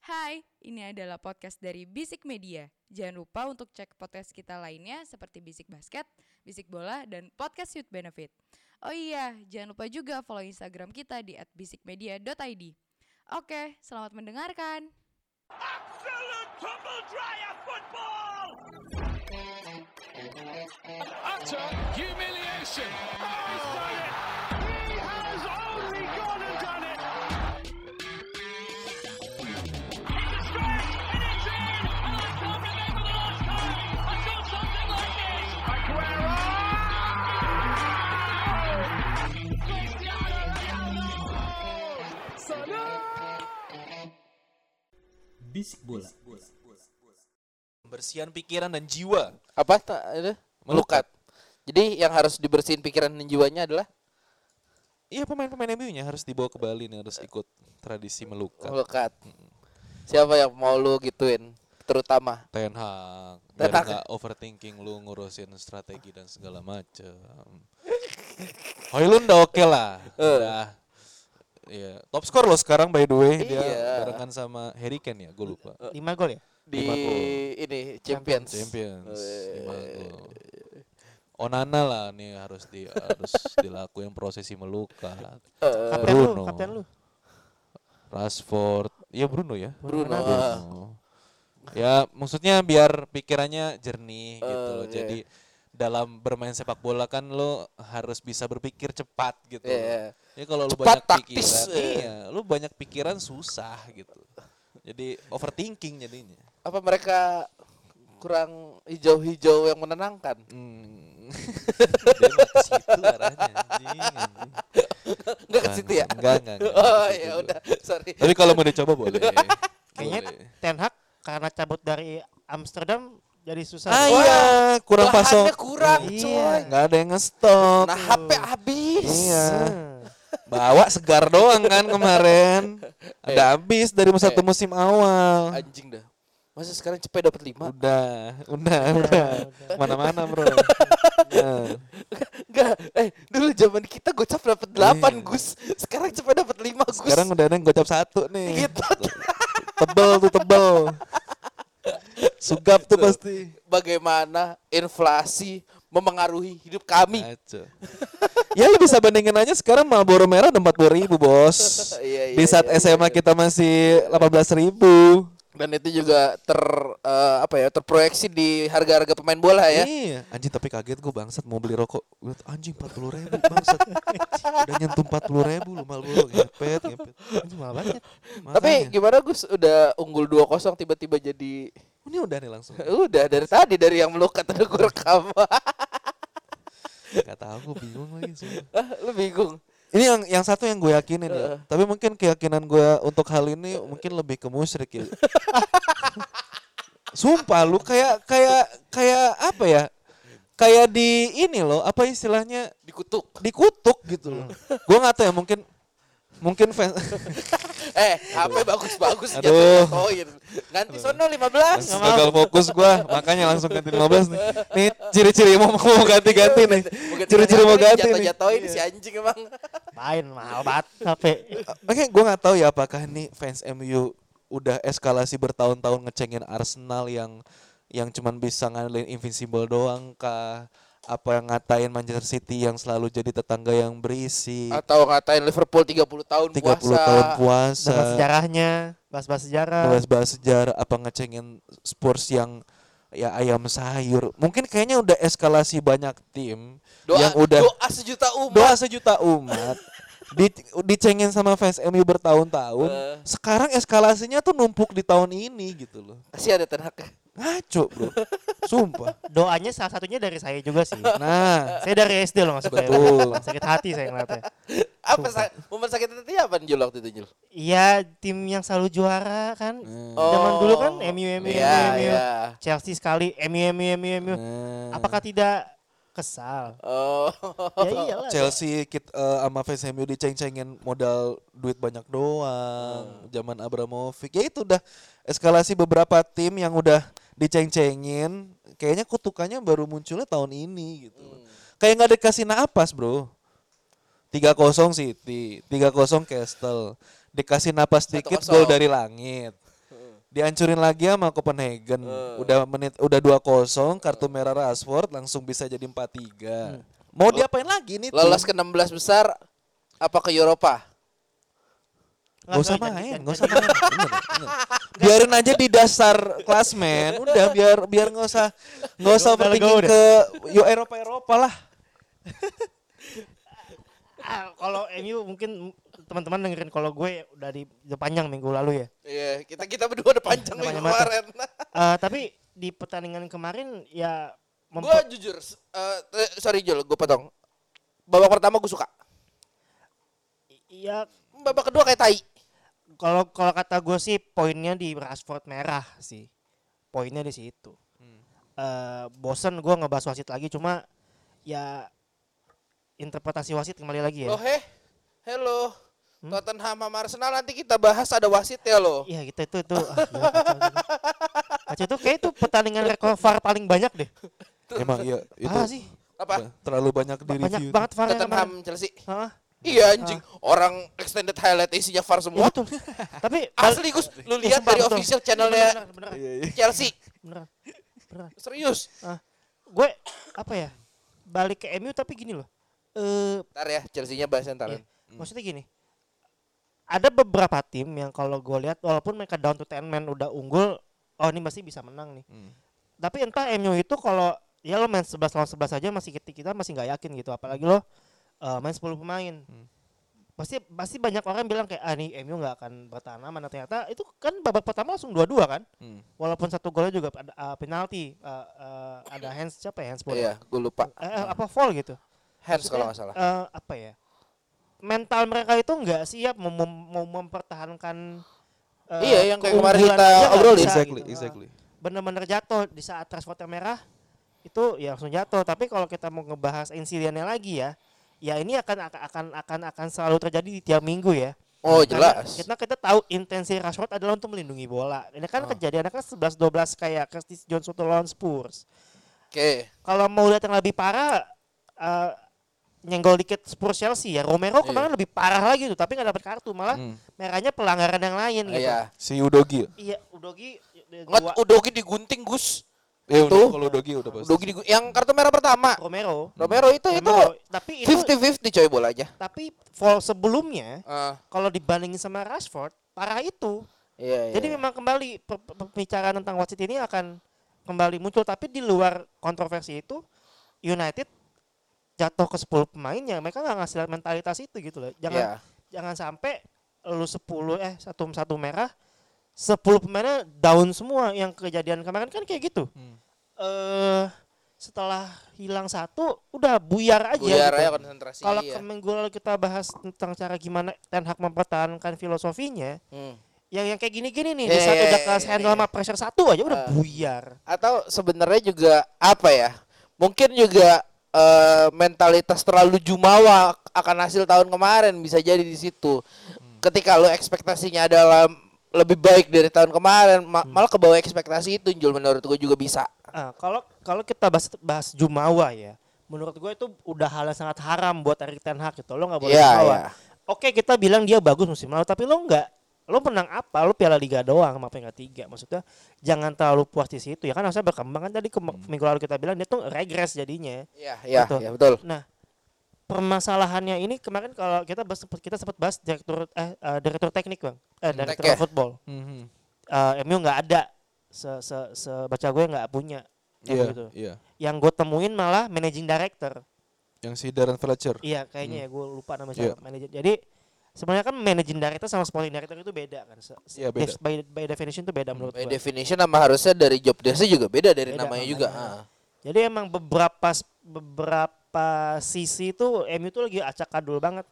Hai, ini adalah podcast dari Bisik Media. Jangan lupa untuk cek podcast kita lainnya seperti Bisik Basket, Bisik Bola, dan Podcast Youth Benefit. Oh iya, jangan lupa juga follow Instagram kita di @bisikmedia.id. Oke, selamat mendengarkan. Absolute tumble dryer football! Utter humiliation! Oh, he's done it! He has only gone and done it! It's a stretch, and it's in! And I can't remember the last time I saw something like this! Aguero! Cristiano Ronaldo! Salah! Bisik bola. Pembersihan pikiran dan jiwa. Apa itu? Melukat. Jadi yang harus dibersihin pikiran dan jiwanya adalah Iya, pemain-pemain MU-nya harus dibawa ke Bali nih, harus ikut tradisi melukat. melukat. Siapa yang mau lu gituin? Terutama Ten Hag, Ten biar Hag. nggak overthinking lu ngurusin strategi dan segala macem. Højlund udah oke lah. Udah. Iya, top skor lo sekarang by the way, dia Iya. barengan sama Harry Kane ya, gue lupa. 5 gol ya? di 5 gol. ini Champions. Champions. Eh. 5 gol. Onana lah nih harus dilakuin prosesi melukat. Bruno. Kapten lu. Rashford, iya Bruno ya. Bruno. Ya maksudnya biar pikirannya jernih gitu loh. Iya. Jadi dalam bermain sepak bola kan lo harus bisa berpikir cepat gitu. Iya. Ya kalau lu Cepat, banyak taktis. pikiran, iya, lu banyak pikiran susah gitu. Jadi overthinking jadinya. Apa mereka kurang hijau-hijau yang menenangkan? Dia mah ke situ arahnya. Anjing. Enggak ke situ ya? Enggak. Oh Ke situ ya dulu. udah, sorry. Tapi kalau mau dicoba boleh. Kayaknya Boleh. Ten Hag karena cabut dari Amsterdam jadi susah. Ah Wah, iya, kurang Bahannya pasok. kurang, Iya. coy. Nggak ada yang ngestok. Nah, HP habis. Iya. Bawa segar doang kan kemarin. Ada habis dari satu musim awal. Anjing dah. Masa sekarang cepet dapat 5? Udah. Mana-mana bro. Nah, Enggak, dulu zaman kita gocap dapat 8, Iya. Gus. Sekarang cepet dapat 5, Gus. sekarang udah ada yang gocap 1 nih. Gitu. Tebel. Sugap tuh pasti. Bagaimana inflasi memengaruhi hidup kami? Kacau. Ya lu bisa bandingin aja sekarang Marlboro merah udah 40.000 bos. Iya, Di saat iya, SMA iya. kita masih 18.000. Dan itu juga terproyeksi di harga-harga pemain bola ya. Iya, anjing tapi kaget gue bangsat mau beli rokok. Gua, anjing 40.000 bangsat. Udah nyentuh 40.000 lu Marlboro ngepet. Anjing mahal banget. Tapi Makanya. gimana Gus? Udah unggul 2-0 tiba-tiba jadi Ini udah nih langsung. udah dari tadi dari yang melukat udah gue rekam. Gak tahu gue bingung lagi sumpah. Lu bingung. Ini yang satu yang gue yakinin ya. Tapi mungkin keyakinan gue untuk hal ini mungkin lebih ke musyrik ya. Sumpah lu kayak apa ya? Kayak di ini loh, apa istilahnya? Dikutuk gitu loh. Gue nggak tahu ya, mungkin fans HP bagus-bagus Aduh. jatuhin. Ganti sono 15. gagal fokus gue, makanya langsung ganti 15 nih. Nih ciri-ciri mau ganti-ganti nih. Ciri-ciri mau ganti nih. Jatuhin si anjing emang. Main mahal banget HP. Makanya gue nggak tahu ya apakah ini fans MU udah eskalasi bertahun-tahun ngecengin Arsenal yang cuman bisa ngandelin Invincible doang kah? Apa yang ngatain Manchester City yang selalu jadi tetangga yang berisik? Atau ngatain Liverpool 30 tahun 30 puasa. tahun puasa. Dengan sejarahnya, bahas-bahas sejarah. Bahas-bahas sejarah, apa ngecengin Spurs yang ya ayam sayur. Mungkin kayaknya udah eskalasi banyak tim yang udah Doa sejuta umat. doa sejuta umat dicengin sama fans MU bertahun-tahun. Sekarang eskalasinya tuh numpuk di tahun ini gitu loh. Masih ada Ten Hag. Ngaco bro, sumpah. Doanya salah satunya dari saya juga sih. Nah, Saya dari SD loh maksudnya. Betul. Sakit hati saya ngeliatnya. Apa momen sakit hati apa Jul waktu itu Jul? Iya, tim yang selalu juara kan. Oh. Zaman dulu kan MU. Iya. Chelsea sekali MU. nah. Apakah tidak kesal? Oh. Ya iyalah. Chelsea sama fans MU diceng-cengin modal duit banyak doang. Zaman Abramovich. Ya itu udah eskalasi beberapa tim yang udah diceng-cengin. Kayaknya kutukannya baru munculnya tahun ini gitu. Kayak nggak dikasih napas bro. 3-0 City, 3-0 Castle. Dikasih napas dikit 1-0. gol dari langit. Dihancurin lagi sama Copenhagen. Udah 2-0, kartu merah Rashford langsung bisa jadi 4-3. Mau diapain lagi nih? Lolos ke 16 besar apa ke Eropa? Gak usah main. Bener. Biarin aja di dasar klasmen. Udah biar nggak usah overthinking ke Eropa lah. Kalau MU mungkin teman-teman dengerin kalau gue udah panjang minggu lalu ya. Iya, kita berdua udah panjang minggu kemarin. Tapi di pertandingan kemarin ya Gue jujur, sorry Jul, gue potong. Babak pertama gue suka. Iya, Babak kedua kayak tai. kalau kata gue sih poinnya di Rashford merah sih. Poinnya di situ. Bosen gue ngebahas wasit lagi, cuma ya interpretasi wasit kembali lagi ya. Loh hello. Tottenham sama Arsenal nanti kita bahas ada wasit ya loh. Iya gitu itu. Kacau itu kayak itu pertandingan rekor VAR paling banyak deh. Emang iya itu. Parah sih. Apa? Terlalu banyak di Banyak review. banget VAR. Tottenham Chelsea. Heeh. Iya anjing, orang extended highlight isinya VAR Iya semua. betul. Tapi Asli Gus, lu lihat sumpah, dari betul. official channelnya Beneran. Chelsea. Beneran. Serius. Gue apa ya? Balik ke MU tapi gini loh. Ntar ya, Chelsea-nya bahas ntar. Iya. Maksudnya gini. Ada beberapa tim yang kalau gue lihat walaupun mereka down to 10 man udah unggul, oh ini pasti bisa menang nih. Tapi entah MU itu kalau ya lo main 11 lawan 11 aja kita masih nggak yakin gitu, apalagi lo main 10 pemain. Pasti banyak orang bilang kayak nih MU nggak akan bertahan lama. Nah, ternyata itu kan babak pertama langsung 2-2 kan. Walaupun satu golnya juga ada penalti, ada hands siapa ya hands Iya, gue lupa. apa foul gitu. Hands Maksudnya, kalau nggak salah. apa ya? Mental mereka itu nggak siap mau mempertahankan Iya, yang kayak kemarin keunggulan kita aja nggak obrolin. bisa Exactly. Bener-bener jatuh di saat Rashford yang merah itu ya langsung jatuh. Tapi kalau kita mau ngebahas insidennya lagi ya ini akan selalu terjadi di tiap minggu ya. Oh, Karena jelas. kita tahu intensi Rashford adalah untuk melindungi bola. Ini kan kejadiannya kan 11-12 kayak Curtis Jones waktu lawan Spurs. Oke. Kalau mau lihat yang lebih parah nyenggol dikit Spurs Chelsea ya. Romero kemarin lebih parah lagi tuh, tapi nggak dapat kartu, malah merahnya pelanggaran yang lain gitu. Iya. Si Udogi. Iya, Udogi Udogi digunting Gus. Ya Itu. udah kalau Udogi udah pasti. Udogi yang kartu merah pertama. Romero. Romero itu Tapi itu 50-50 coy bolanya. tapi foul sebelumnya Ah, kalau dibandingin sama Rashford parah itu. iya. Jadi memang kembali pembicaraan tentang wasit ini akan kembali muncul, tapi di luar kontroversi itu United jatuh ke 10 pemainnya, mereka nggak ngasih mentalitas itu gitu loh. Jangan sampai lu 10 satu merah 10 pemainnya down semua. Yang kejadian kemarin kan kayak gitu. Setelah hilang satu udah buyar aja. Buyar gitu. aja konsentrasi. Kalau iya. minggu lalu kita bahas tentang cara gimana Ten Hag mempertahankan filosofinya, yang kayak gini-gini nih, di saat udah kelas handle sama pressure satu aja udah buyar. Atau sebenarnya juga apa ya? Mungkin juga mentalitas terlalu jumawa akan hasil tahun kemarin bisa jadi di situ. Ketika lo ekspektasinya adalah lebih baik dari tahun kemarin, malah ke bawah ekspektasi itu, Jul, menurut gue juga bisa. Kalau kita bahas jumawa ya, menurut gue itu udah hal yang sangat haram buat Erik Ten Hag gitu. Lo nggak boleh jumawa. Iya. Oke, kita bilang dia bagus musim lalu, tapi lo menang apa? Lo Piala Liga doang sama peringkat 3. Maksudnya jangan terlalu puas di situ ya kan, harusnya berkembang kan. Tadi minggu lalu kita bilang dia tuh regres jadinya. Iya, Gitu. iya betul. Nah, permasalahannya ini kemarin kalau kita sempat bahas direktur teknik Bang, direktur football. MU nggak ada, sebaca gue nggak punya. Gitu. Iya. Yang gue temuin malah managing director. Yang si Darren Fletcher. Iya kayaknya ya, gue lupa nama siapa manajer. Jadi sebenarnya kan managing director sama sporting director itu beda kan. Iya, beda. By definition itu beda menurut By gue. definition sama harusnya dari job desk juga beda dari Beda namanya namanya. juga. Jadi emang beberapa sisi itu MU itu lagi acak-adul banget.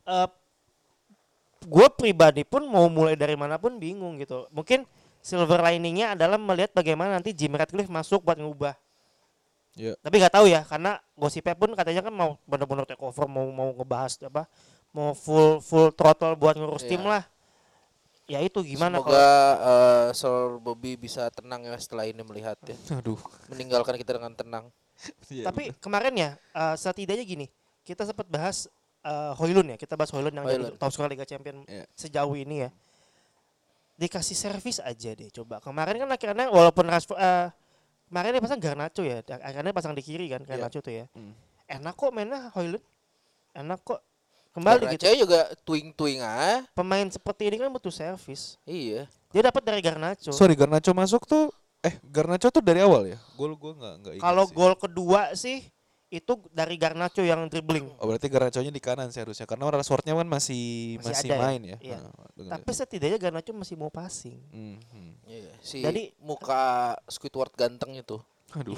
Gue pribadi pun mau mulai dari manapun bingung gitu. Mungkin silver liningnya adalah melihat bagaimana nanti Jim Ratcliffe masuk buat ngubah. Iya. Tapi nggak tahu ya, karena gosipnya pun katanya kan mau benar-benar take over, mau ngebahas mau full throttle buat ngurus tim lah. Ya itu gimana Semoga Sir Bobby bisa tenang ya setelah ini melihat ya. Aduh. Meninggalkan kita dengan tenang. Tapi kemarin ya setidaknya gini, kita sempat bahas Højlund ya, kita bahas Højlund yang jadi top skor Liga Champions sejauh ini ya. dikasih servis aja deh coba. Kemarin kan akhirnya walaupun kemarin dia pasang Garnacho ya, akhirnya pasang di kiri kan Garnacho tuh ya. Enak kok mainnya Højlund. Enak kok. Kembali gitu. Garnacho juga twing-twing ah. Pemain seperti ini kan butuh servis. Iya. Dia dapat dari Garnacho. Sorry, Garnacho masuk tuh Garnacho tuh dari awal ya? Gol gue enggak ingat Kalau sih. gol kedua sih itu dari Garnacho yang dribbling. Oh, berarti Garnacho-nya di kanan sih harusnya karena Rashford-nya kan masih Masih ada ya? main ya. Iya. Dengan- Tapi setidaknya Garnacho masih mau passing. Iya. Si Jadi- muka Squidward ganteng itu. Aduh.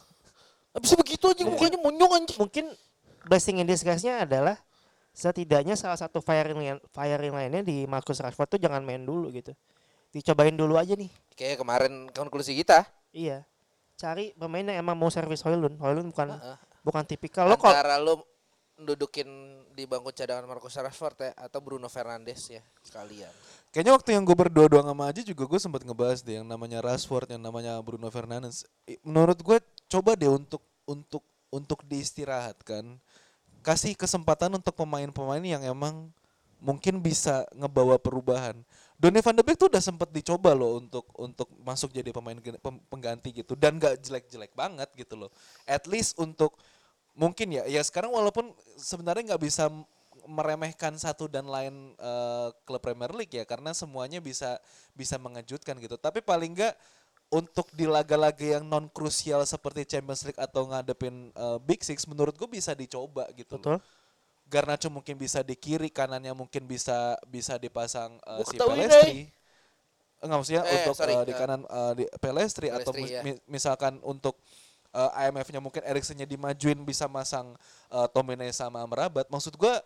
Bisa begitu aja mukanya monyong anjing. Mungkin blessing in disguise-nya adalah setidaknya salah satu firing lainnya di Marcus Rashford tuh jangan main dulu gitu. Dicobain dulu aja nih. Kayak kemarin konklusi kita. Iya. Cari pemain yang emang mau servis Højlund. Højlund bukan tipikal lo Antara lu dudukin di bangku cadangan Marcus Rashford ya atau Bruno Fernandes ya sekalian. Kayaknya waktu yang gue berdua-dua sama Aji juga gue sempat ngebahas deh yang namanya Rashford, yang namanya Bruno Fernandes. Menurut gue coba deh untuk diistirahatkan. Kasih kesempatan untuk pemain-pemain yang emang mungkin bisa ngebawa perubahan. Donny van de Beek tuh udah sempet dicoba loh untuk masuk jadi pemain pengganti gitu dan gak jelek-jelek banget gitu loh. At least untuk mungkin ya sekarang walaupun sebenarnya nggak bisa meremehkan satu dan lain klub Premier League ya karena semuanya bisa mengejutkan gitu. Tapi paling nggak untuk di laga-laga yang non krusial seperti Champions League atau ngadepin Big Six menurut gue bisa dicoba gitu. betul. Garnacho mungkin bisa di kiri, kanannya mungkin bisa dipasang si ketahuin, Pelestri. Enggak maksudnya untuk sorry, di kanan di Pelestri atau Pelestri, ya. misalkan untuk IMF-nya mungkin Eriksen-nya dimajuin bisa masang Tomine sama Amrabat. Maksud gua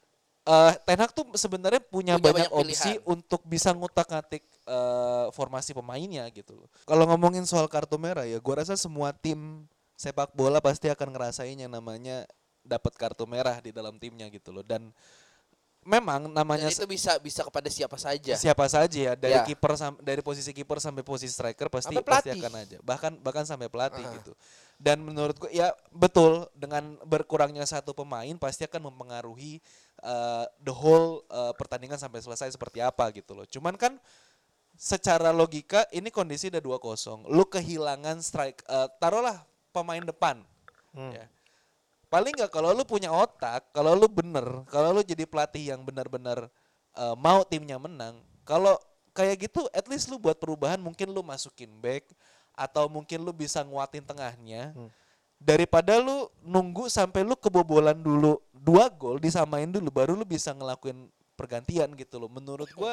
Ten Hag tuh sebenarnya punya banyak opsi pilihan untuk bisa ngutak-ngatik formasi pemainnya gitu loh. Kalau ngomongin soal kartu merah ya, gua rasa semua tim sepak bola pasti akan ngerasain yang namanya dapat kartu merah di dalam timnya gitu loh. Dan memang namanya Dan itu bisa kepada siapa saja. siapa saja ya dari Ya. kiper dari posisi kiper sampai posisi striker pasti Sampai pasti pelatih. akan aja bahkan sampai pelatih gitu. Dan menurutku ya betul dengan berkurangnya satu pemain pasti akan mempengaruhi the whole pertandingan sampai selesai seperti apa gitu loh. Cuman kan secara logika ini kondisi udah 2-0. Lu kehilangan taruhlah pemain depan. Ya. Paling nggak kalau lu punya otak, kalau lu bener, kalau lu jadi pelatih yang benar-benar mau timnya menang, kalau kayak gitu at least lu buat perubahan mungkin lu masukin back atau mungkin lu bisa nguatin tengahnya daripada lu nunggu sampai lu kebobolan dulu 2 gol disamain dulu baru lu bisa ngelakuin pergantian gitu loh. Menurut gua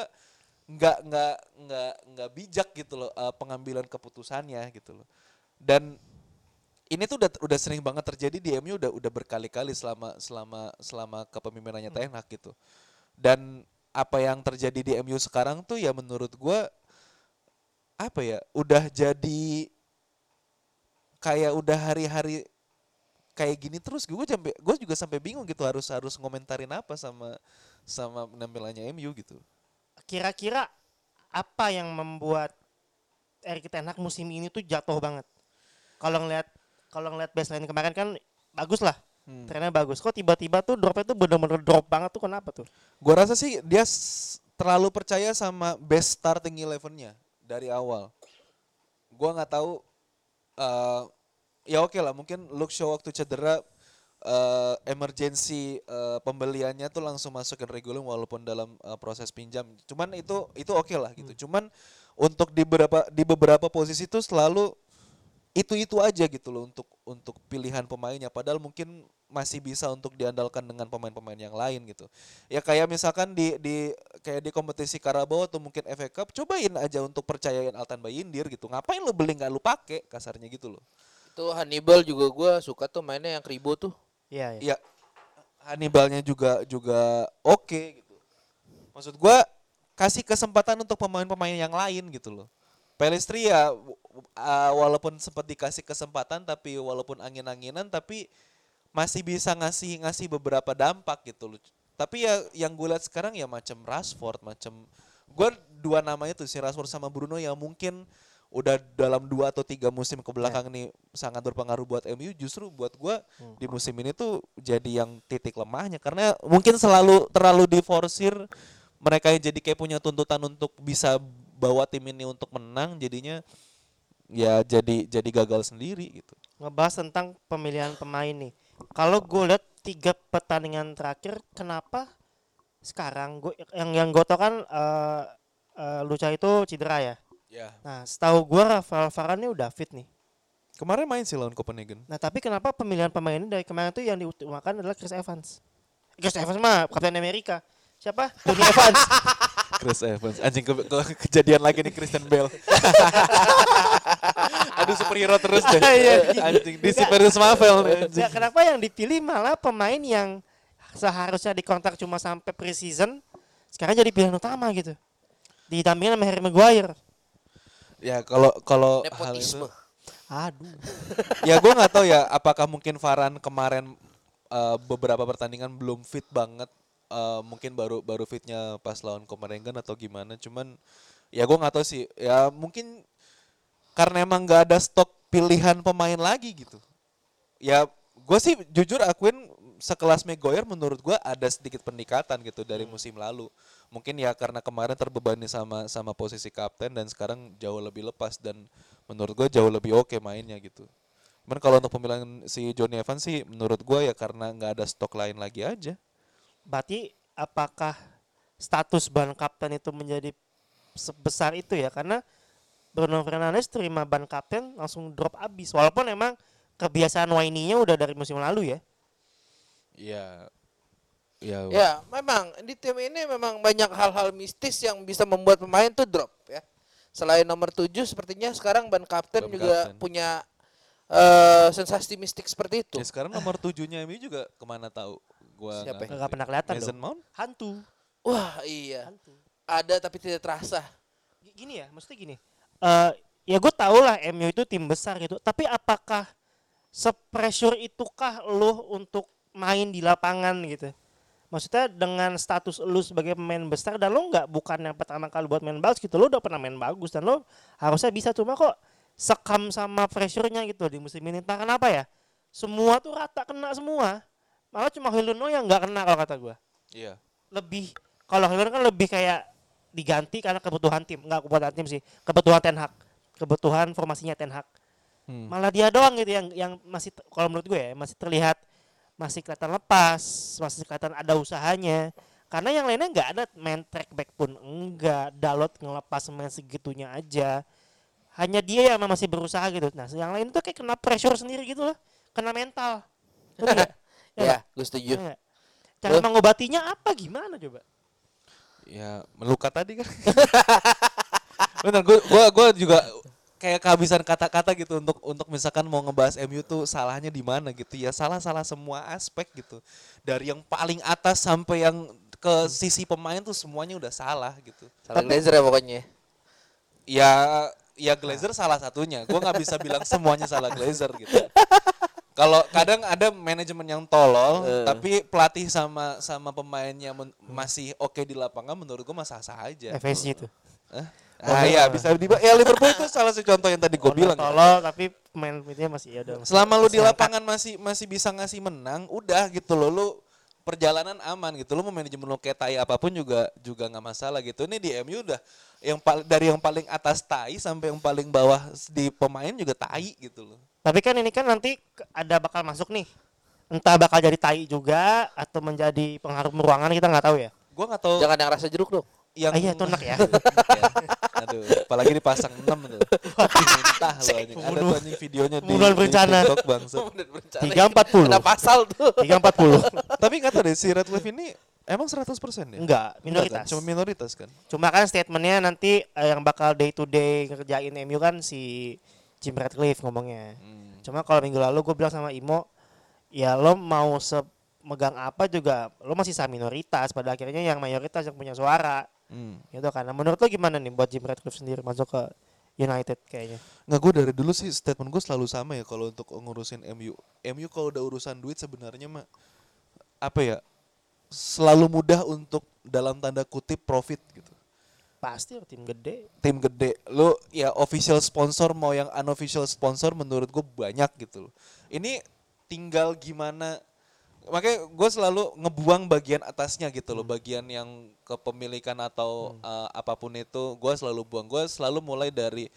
nggak bijak gitu loh pengambilan keputusannya gitu loh. Dan ini tuh udah sering banget terjadi di MU udah berkali-kali selama kepemimpinannya Ten Hag gitu. Dan apa yang terjadi di MU sekarang tuh ya menurut gua apa ya udah jadi kayak udah hari-hari kayak gini terus gue juga sampai bingung gitu harus ngomentarin apa sama penampilannya MU gitu. Kira-kira apa yang membuat Erik Ten Hag musim ini tuh jatuh banget? Kalau ngeliat baseline kemarin kan bagus lah. Trennya bagus. Kok tiba-tiba tuh dropnya tuh bener-bener drop banget tuh kenapa tuh? Gua rasa sih dia terlalu percaya sama best starting 11-nya dari awal. Gua nggak tahu ya oke lah mungkin Luke Shaw waktu cedera emergency pembeliannya tuh langsung masukin Regulon walaupun dalam proses pinjam. Cuman itu oke lah gitu. Cuman untuk di beberapa posisi tuh selalu itu aja gitu loh untuk pilihan pemainnya padahal mungkin masih bisa untuk diandalkan dengan pemain-pemain yang lain gitu. Ya kayak misalkan di kompetisi Carabao atau mungkin FA Cup cobain aja untuk percayain Altan Bayindir gitu. Ngapain lu beli nggak lu pakai kasarnya gitu loh. Itu Hannibal juga gue suka tuh mainnya yang kribo tuh. Iya. Ya Hannibalnya juga oke gitu. Maksud gua kasih kesempatan untuk pemain-pemain yang lain gitu loh. Pelestri ya walaupun sempat dikasih kesempatan tapi walaupun angin-anginan tapi masih bisa ngasih beberapa dampak gitu loh. Tapi ya yang gue lihat sekarang ya macam Rashford, gue 2 nama itu si Rashford sama Bruno yang mungkin udah dalam 2 atau 3 musim ke belakang nih sangat berpengaruh buat MU. Justru buat gue di musim ini tuh jadi yang titik lemahnya karena mungkin terlalu diforsir mereka yang jadi kayak punya tuntutan untuk bisa bawa tim ini untuk menang, jadinya ya jadi gagal sendiri gitu. Ngebahas tentang pemilihan pemain nih. Kalau gue lihat 3 pertandingan terakhir, kenapa sekarang yang gue tau kan Lucha itu cedera ya. Ya. Nah, setahu gue Rafael Varane udah fit nih. Kemarin main sih lawan Copenhagen. Nah, tapi kenapa pemilihan pemain ini dari kemarin tuh yang diutamakan adalah Chris Evans? Chris Evans mah Kapten Amerika. Siapa? Tony Evans. Chris Evans. Anjing kejadian lagi nih Christian Bale. Aduh superhero terus deh. Anjing DC versus Marvel nih. Anjing. Ya, kenapa yang dipilih malah pemain yang seharusnya dikontrak cuma sampai pre-season, sekarang jadi pilihan utama gitu. Didampingin sama Harry Maguire. Ya kalau hal itu Nepotisme. Aduh. ya gue nggak tahu ya apakah mungkin Varane kemarin beberapa pertandingan belum fit banget, mungkin baru fitnya pas lawan Copenhagen atau gimana, cuman ya gue nggak tahu sih, ya mungkin karena emang nggak ada stok pilihan pemain lagi gitu. Ya gue sih jujur akuin sekelas Maguire menurut gue ada sedikit peningkatan gitu dari musim lalu. Mungkin ya karena kemarin terbebani sama posisi kapten dan sekarang jauh lebih lepas dan menurut gue jauh lebih oke mainnya gitu. Cuman kalau untuk pemilihan si Johnny Evans sih menurut gue ya karena nggak ada stok lain lagi aja. Berarti apakah status ban kapten itu menjadi sebesar itu ya? Karena Bruno Fernandes terima ban kapten langsung drop abis. Walaupun emang kebiasaan Wayne-nya udah dari musim lalu ya. Ya, memang di tim ini memang banyak hal-hal mistis yang bisa membuat pemain tuh drop ya. Selain nomor 7 sepertinya sekarang ban kapten Ban juga kapten. punya sensasi mistik seperti itu. Ya sekarang nomor 7-nya MU juga kemana tahu? Gua Siapa ya? Nggak pernah kelihatan Mason dong. Mount? Hantu. Wah, iya. Hantu. Ada tapi tidak terasa. Gini ya, maksudnya gini. Ya gue tau lah MU itu tim besar gitu. Tapi apakah se-pressure itukah lu untuk main di lapangan gitu? Maksudnya dengan status lu sebagai pemain besar dan lu bukan yang pertama kali buat main bagus gitu, lu udah pernah main bagus dan lu harusnya bisa, cuma kok sekam sama pressure-nya gitu di musim ini. Entah kenapa ya, semua tuh rata kena semua, malah cuma Huluno yang nggak kena kalau kata gue. Iya. Lebih, kalau Huluno kan lebih kayak diganti karena kebutuhan tim, nggak kebutuhan tim sih, kebutuhan Ten Hag, kebutuhan formasinya Ten Hag. Malah dia doang gitu yang masih, kalau menurut gue ya, masih terlihat masih kelihatan lepas, masih kelihatan ada usahanya. Karena yang lainnya nggak ada, main track back pun enggak, Dalot ngelepas main segitunya aja. Hanya dia yang masih berusaha gitu. Nah, yang lain tuh kayak kena pressure sendiri gitu loh, kena mental. Betul nggak? Ya, gue setuju. Nggak? Cara mengobatinya apa gimana coba? Ya melukat tadi kan. Bener, gue juga kayak kehabisan kata-kata gitu untuk misalkan mau ngebahas MU tuh salahnya di mana gitu ya, salah semua aspek gitu, dari yang paling atas sampai yang ke sisi pemain tuh semuanya udah salah gitu. Salah Glazer ya pokoknya. Ya Glazer salah satunya, gue nggak bisa bilang semuanya salah Glazer gitu. Kalau kadang ada manajemen yang tolol, tapi pelatih sama pemainnya masih oke di lapangan, menurut gue mah sah-sah aja. FSG itu. Iya bisa ya Liverpool itu salah satu contoh yang tadi gue bilang. Tolol tapi pemain itu masih ya udah. Selama lu di lapangan masih bisa ngasih menang, udah gitu loh, lu perjalanan aman gitu. Lu mau manajemen lu kayak tai apapun juga nggak masalah gitu. Ini di MU udah dari yang paling atas tai sampai yang paling bawah di pemain juga tai gitu loh. Tapi kan ini kan nanti ada bakal masuk nih. Entah bakal jadi tai juga atau menjadi pengharum ruangan, kita nggak tahu ya. Gua nggak tahu. Jangan yang rasa jeruk dong. Yang Iya itu enak ya. Aduh, apalagi dipasang 6 tuh. Muntah loh anjing. Ada tuh anjing videonya di berencana. TikTok bangsat. 340. Ada pasal tuh. 340. Tapi nggak tahu deh si Radcliffe ini emang 100% ya? Enggak, Enggak minoritas. kan? Cuma minoritas kan? Cuma kan statementnya nanti yang bakal day to day ngerjain MU kan si Jim Ratcliffe ngomongnya. Cuma kalau minggu lalu gue bilang sama Imo, ya lo mau megang apa juga lo masih sah minoritas, pada akhirnya yang mayoritas yang punya suara. Gitu kan. Nah, menurut lo gimana nih buat Jim Ratcliffe sendiri masuk ke United kayaknya? Nggak, gue dari dulu sih statement gue selalu sama ya kalau untuk ngurusin MU. MU kalau udah urusan duit sebenarnya mah apa ya, selalu mudah untuk dalam tanda kutip profit gitu. Pasti tim gede. Tim gede, lo ya official sponsor mau yang unofficial sponsor menurut gue banyak gitu loh. Ini tinggal gimana makanya gue selalu ngebuang bagian atasnya gitu loh, bagian yang kepemilikan atau apapun itu gue selalu buang. Gue selalu mulai dari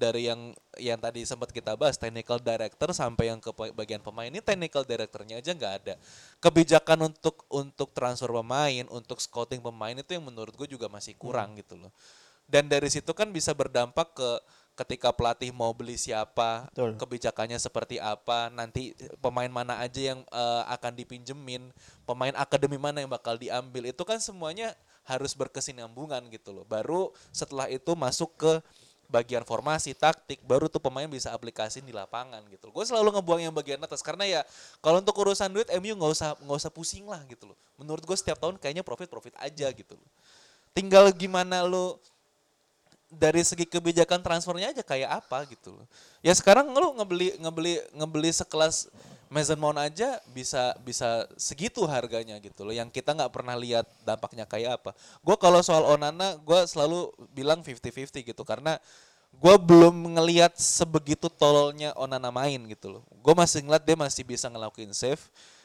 yang tadi sempat kita bahas, technical director sampai yang ke bagian pemain. Ini technical directornya aja nggak ada. Kebijakan untuk transfer pemain, untuk scouting pemain itu yang menurut gue juga masih kurang gitu loh. Dan dari situ kan bisa berdampak ke ketika pelatih mau beli siapa, Betul. kebijakannya seperti apa, nanti pemain mana aja yang akan dipinjemin, pemain akademi mana yang bakal diambil, itu kan semuanya harus berkesinambungan gitu loh. Baru setelah itu masuk ke bagian formasi, taktik, baru tuh pemain bisa aplikasiin di lapangan gitu. Gue selalu ngebuang yang bagian atas karena ya kalau untuk urusan duit MU nggak usah pusing lah gitu loh. Menurut gue setiap tahun kayaknya profit aja gitu loh. Tinggal gimana lo dari segi kebijakan transfernya aja kayak apa gitu loh. Ya sekarang lu ngebeli sekelas Mason Mount aja bisa segitu harganya gitu loh. Yang kita nggak pernah lihat dampaknya kayak apa. Gue kalau soal Onana gue selalu bilang 50-50 gitu karena gue belum ngelihat sebegitu tololnya Onana main gitu loh. Gue masih ngeliat dia masih bisa ngelakuin save.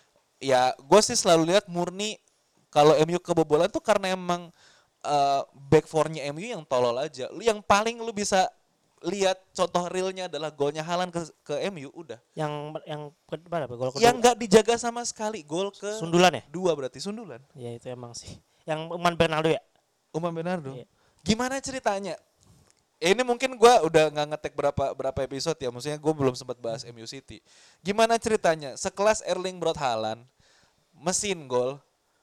Ya gue sih selalu lihat murni kalau MU kebobolan tuh karena emang back four-nya MU yang tolol aja. Yang paling lu bisa lihat contoh realnya adalah golnya Haaland ke MU udah. Yang berapa gol kedua? Yang nggak dijaga sama sekali, gol ke Sundulan ya? 2 berarti sundulan. Ya itu emang sih. Yang Uman Bernardo ya? Uma Bernardo. Iya. Gimana ceritanya? Ini mungkin gue udah nggak ngetek berapa episode ya, maksudnya gue belum sempat bahas MU City. Gimana ceritanya? Sekelas Erling Braut Haaland, mesin gol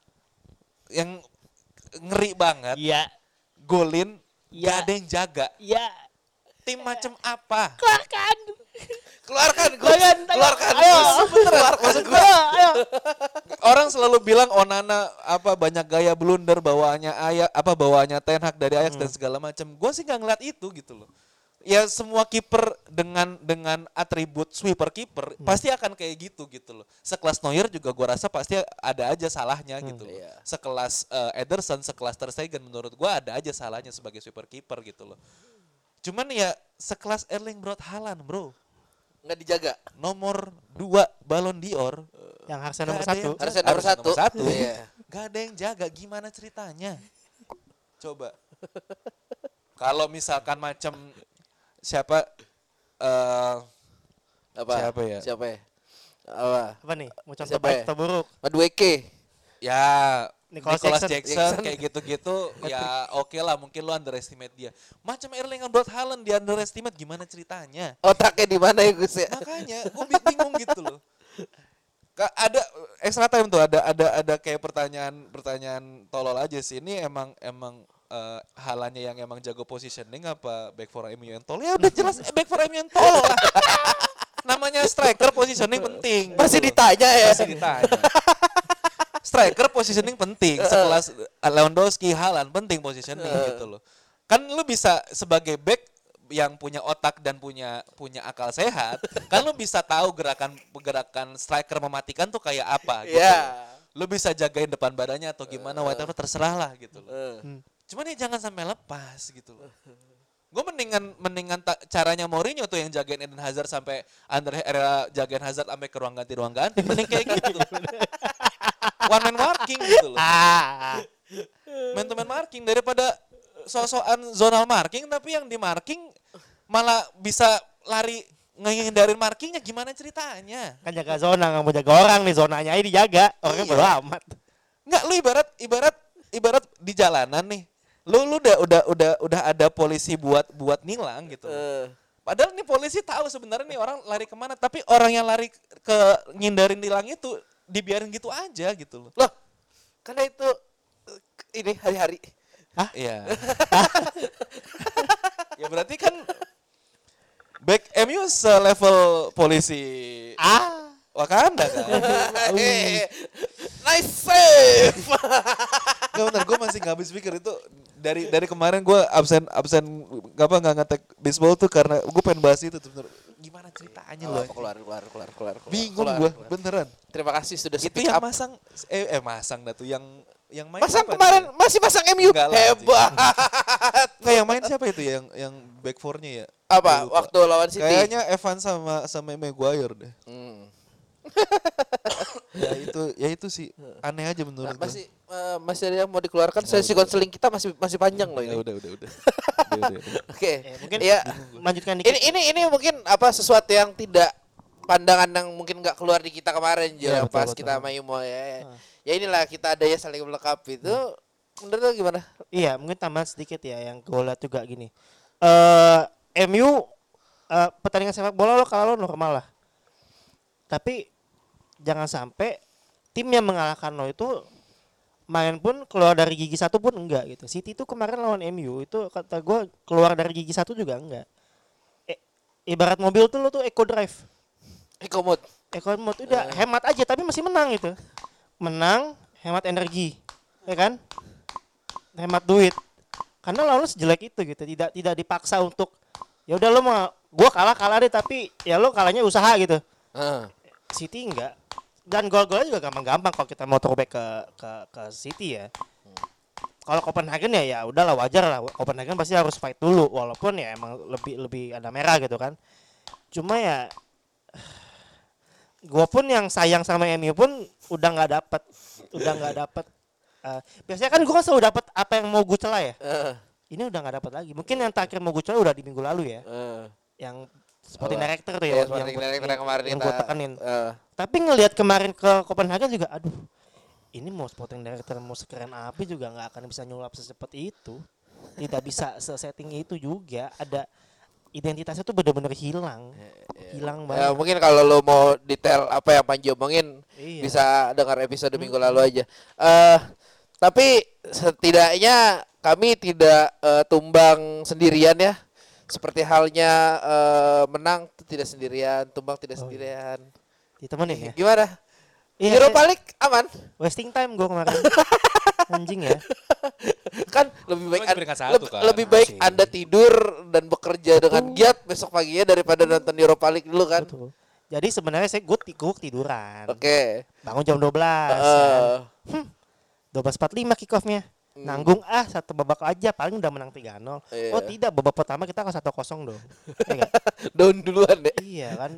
yang ngeri banget, Iya. golin, Iya. gak ada yang jaga. Iya. Tim macam apa? Keluarkan. Keluarkan, keluarkan. Ayo. Keluarkan. Ayo. Orang selalu bilang Onana banyak gaya blunder, bawaannya Ten Hag dari Ajax dan segala macam. Gue sih nggak ngeliat itu gitu loh. Ya semua kiper dengan atribut sweeper kiper pasti akan kayak gitu loh. Sekelas Neuer juga gue rasa pasti ada aja salahnya gitu loh. Iya. Sekelas Ederson, sekelas Ter Stegen menurut gue ada aja salahnya sebagai sweeper kiper gitu loh. Cuman ya sekelas Erling Braut Haaland bro, Nggak dijaga. nomor 2 Ballon d'Or, Yang harusnya nomor Nggak ada 1. yang- Harusnya nomor Harusnya satu. nomor 1. Iya. Gak ada yang jaga, gimana ceritanya? Coba. Kalau misalkan macam siapa Apa? Siapa ya? Siapa ya? Apa? Apa nih? Mau contoh Siapa baik ya? atau buruk? Madueke. ya Nicholas Nicholas Jackson. Jackson kayak gitu-gitu ya oke lah, mungkin lu underestimate dia. Macam Erling Braut Haaland di underestimate, gimana ceritanya? Otaknya di mana ya Gus ya? Makanya gue bingung gitu loh. Ada extra time tuh, ada kayak pertanyaan tolol aja sih. Ini emang halannya yang emang jago positioning apa back for MU yang tolol? Ya udah jelas back for MU yang tolol lah. Namanya striker positioning penting. Masih gitu loh. ditanya ya? Masih ditanya. Striker positioning penting, sekelas Lewandowski, Haaland penting positioning gitu loh. Kan lu bisa sebagai back yang punya otak dan punya akal sehat, kan lu bisa tahu gerakan striker mematikan tuh kayak apa gitu. Iya. Lu bisa jagain depan badannya atau gimana, whatever terserah lah gitu loh. Cuman ya jangan sampai lepas gitu loh. Gue mendingan caranya Mourinho tuh yang jagain Eden Hazard sampai Andre Herrera jagain Hazard sampai ke ruang ganti. Mending kayak gitu. One man marking gitu loh. Man to man marking daripada sosokan zonal marking tapi yang di marking malah bisa lari ngehindarin markingnya, gimana ceritanya? Kan jaga zona, nggak mau jaga orang nih, zonanya aja dijaga. Orangnya Iya. bodo amat. Enggak, lu ibarat di jalanan nih. Lu udah ada polisi buat nilang gitu. Padahal nih polisi tahu sebenarnya nih orang lari kemana, tapi orang yang lari ke ngindarin nilang itu dibiarin gitu aja gitu loh. Loh, karena itu ini hari-hari. Iya. Ya berarti kan back MU selevel polisi Wakanda kan. Nice save. Gak bener, gue masih gak habis pikir itu dari kemarin gue absen nggak ngetek baseball tuh karena gue pengen bahas itu tuh bener. Gimana ceritanya loh? Keluar. Bingung Keluar. gue beneran. Terima kasih sudah Itu speak yang up. masang dah tuh yang main Pasang siapa kemarin tuh? masih pasang MU. Enggak lah, Hebat. Nggak, yang main siapa itu ya yang back four-nya ya? Apa Gua lupa. waktu lawan City? Kayaknya Evan sama Maguire deh. Ya itu sih aneh aja menurut gua. Masih ada yang mau dikeluarkan. Sesi konseling kita masih panjang loh ini. Udah. Oke. Mungkin Ya, lanjutkan dikit. ini mungkin apa sesuatu yang tidak pandangan yang mungkin nggak keluar di kita kemarin Iya, juga pas betul. kita sama Imo ya. Ya inilah kita ada ya saling melengkapi itu. Menurut lo gimana? Iya, mungkin tambahan sedikit ya yang gue lihat juga gini. MU pertandingan sepak bola lo kalau normal lah. Tapi jangan sampai tim yang mengalahkan lo itu main pun keluar dari gigi satu pun enggak gitu. City itu kemarin lawan MU itu kata gue keluar dari gigi satu juga enggak. Ibarat mobil tuh lo tuh eco drive. Eco mode udah hemat aja tapi masih menang itu. Menang, hemat energi. Ya kan? Hemat duit. Karena lawan sejelek itu gitu, tidak dipaksa untuk ya udah lo mau gua kalah deh tapi ya lo kalahnya usaha gitu. City enggak. Dan gol-golnya juga gampang-gampang kalau kita mau throwback ke City ya. Kalau Copenhagen ya udahlah wajar lah. Copenhagen pasti harus fight dulu walaupun ya emang lebih ada merah gitu kan. Cuma ya gua pun yang sayang sama MU pun udah nggak dapet. Biasanya kan gua selalu dapet apa yang mau gue celah ya. Ini udah nggak dapet lagi. Mungkin yang terakhir mau gue celah udah di minggu lalu ya. Yang sporting director tuh ya. Sporting director yang kemarin yang kita gue tekenin. Tapi ngelihat kemarin ke Copenhagen juga, aduh, ini mau sporting director mau sekeren apa juga nggak akan bisa nyulap secepat itu. Tidak bisa sesetting itu juga. Ada identitasnya tuh benar-benar hilang banget. Ya, mungkin kalau lo mau detail apa yang Panji omongin bisa dengar episode minggu lalu aja. Tapi setidaknya kami tidak tumbang sendirian ya. Seperti halnya menang tidak sendirian, tumbang tidak sendirian. Ditemenin ya. Gimana? Iya, Europa League aman? Wasting time gue kemarin. Anjing ya. Kan lebih baik Masih peringkat satu kan, lebih baik masih. Anda tidur dan bekerja dengan giat besok paginya daripada nonton Europa League dulu kan. Betul. Jadi sebenarnya saya gue tiduran. Oke. Bangun jam 12. Kan. 12.45 kick off-nya. Nanggung satu babak aja paling udah menang 3-0. Iya. Oh tidak, babak pertama kita kan 1-0 dong. Ya nggak? Down duluan deh. Iya kan.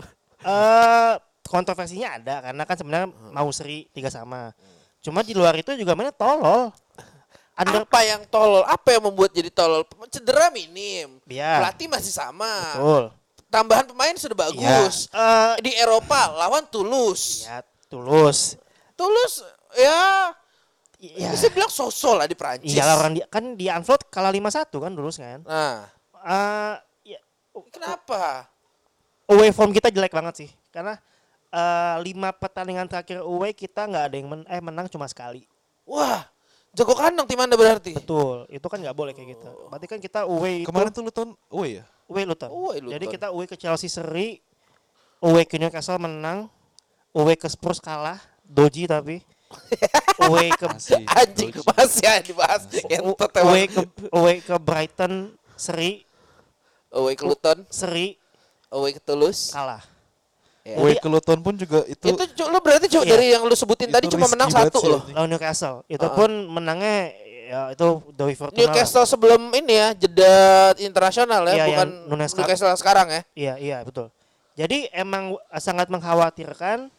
Kontroversinya ada karena kan sebenarnya mau seri 3-3. Cuma di luar itu juga mainnya tolol. Apa yang tolol? Apa yang membuat jadi tolol? Cedera minim. Iya. Pelatih masih sama. Betul. Tambahan pemain sudah bagus. Iya. Di Eropa lawan Toulouse. Ya tulus. Toulouse ya Iya. bisa bilang sosok lah di Prancis. Iya orang kan di Anfield kalah 5-1 kan dulu kan. Nah, Ya, kenapa? away form kita jelek banget sih. Karena 5 pertandingan terakhir away kita nggak ada yang menang cuma sekali. Wah, jago kandang tim Anda berarti. Betul, itu kan nggak boleh kayak gitu. Berarti kan kita away itu Kemarin tuh Luton away ya? away Luton. Away Luton. Jadi kita away ke Chelsea seri, away ke Newcastle menang, away ke Spurs kalah, doji tapi. Away ke Masih. Anjing Doji. masih ada dibahas. Entot emang. away ke Brighton seri, Away ke Luton, seri away ke Toulouse. kalah. Ya. Away ke Luton pun juga itu Lu berarti Iya. dari yang lu sebutin Itu tadi cuma risky menang banget satu sih, loh. anjing. Lawan Newcastle. Itu pun menangnya ya itu Dewi Fortuna. Newcastle sebelum ini ya jeda internasional ya, Iya, bukan yang Nunes Cup. Newcastle yang sekarang ya. Iya betul. Jadi emang sangat mengkhawatirkan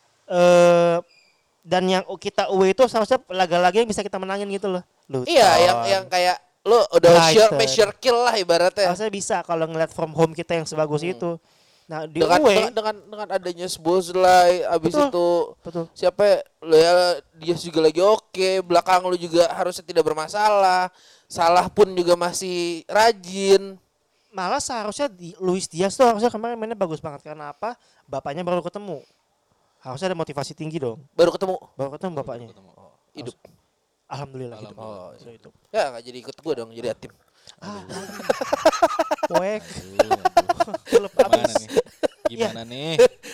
dan yang kita away itu seharusnya laga-laga yang bisa kita menangin gitu loh. Luton. Iya, yang kayak lu udah Brighton. sure kill lah ibaratnya. Harusnya bisa kalau ngeliat from home kita yang sebagus itu. Nah di Dengan, away dengan adanya Szoboszlai abis Betul. itu betul. siapa ya, dia juga lagi oke, belakang lu juga harusnya tidak bermasalah. Salah pun juga masih rajin. Malah seharusnya Luis Diaz tuh harusnya kemarin mainnya bagus banget karena apa? Bapaknya baru ketemu. Harusnya ada motivasi tinggi dong. Baru ketemu Baru ketemu bapaknya. hidup. Alhamdulillah hidup. Oh, So, itu. Ya nggak jadi ikut gua dong jadi yatim. Poek. Klub Gimana abis. nih? Gimana nih?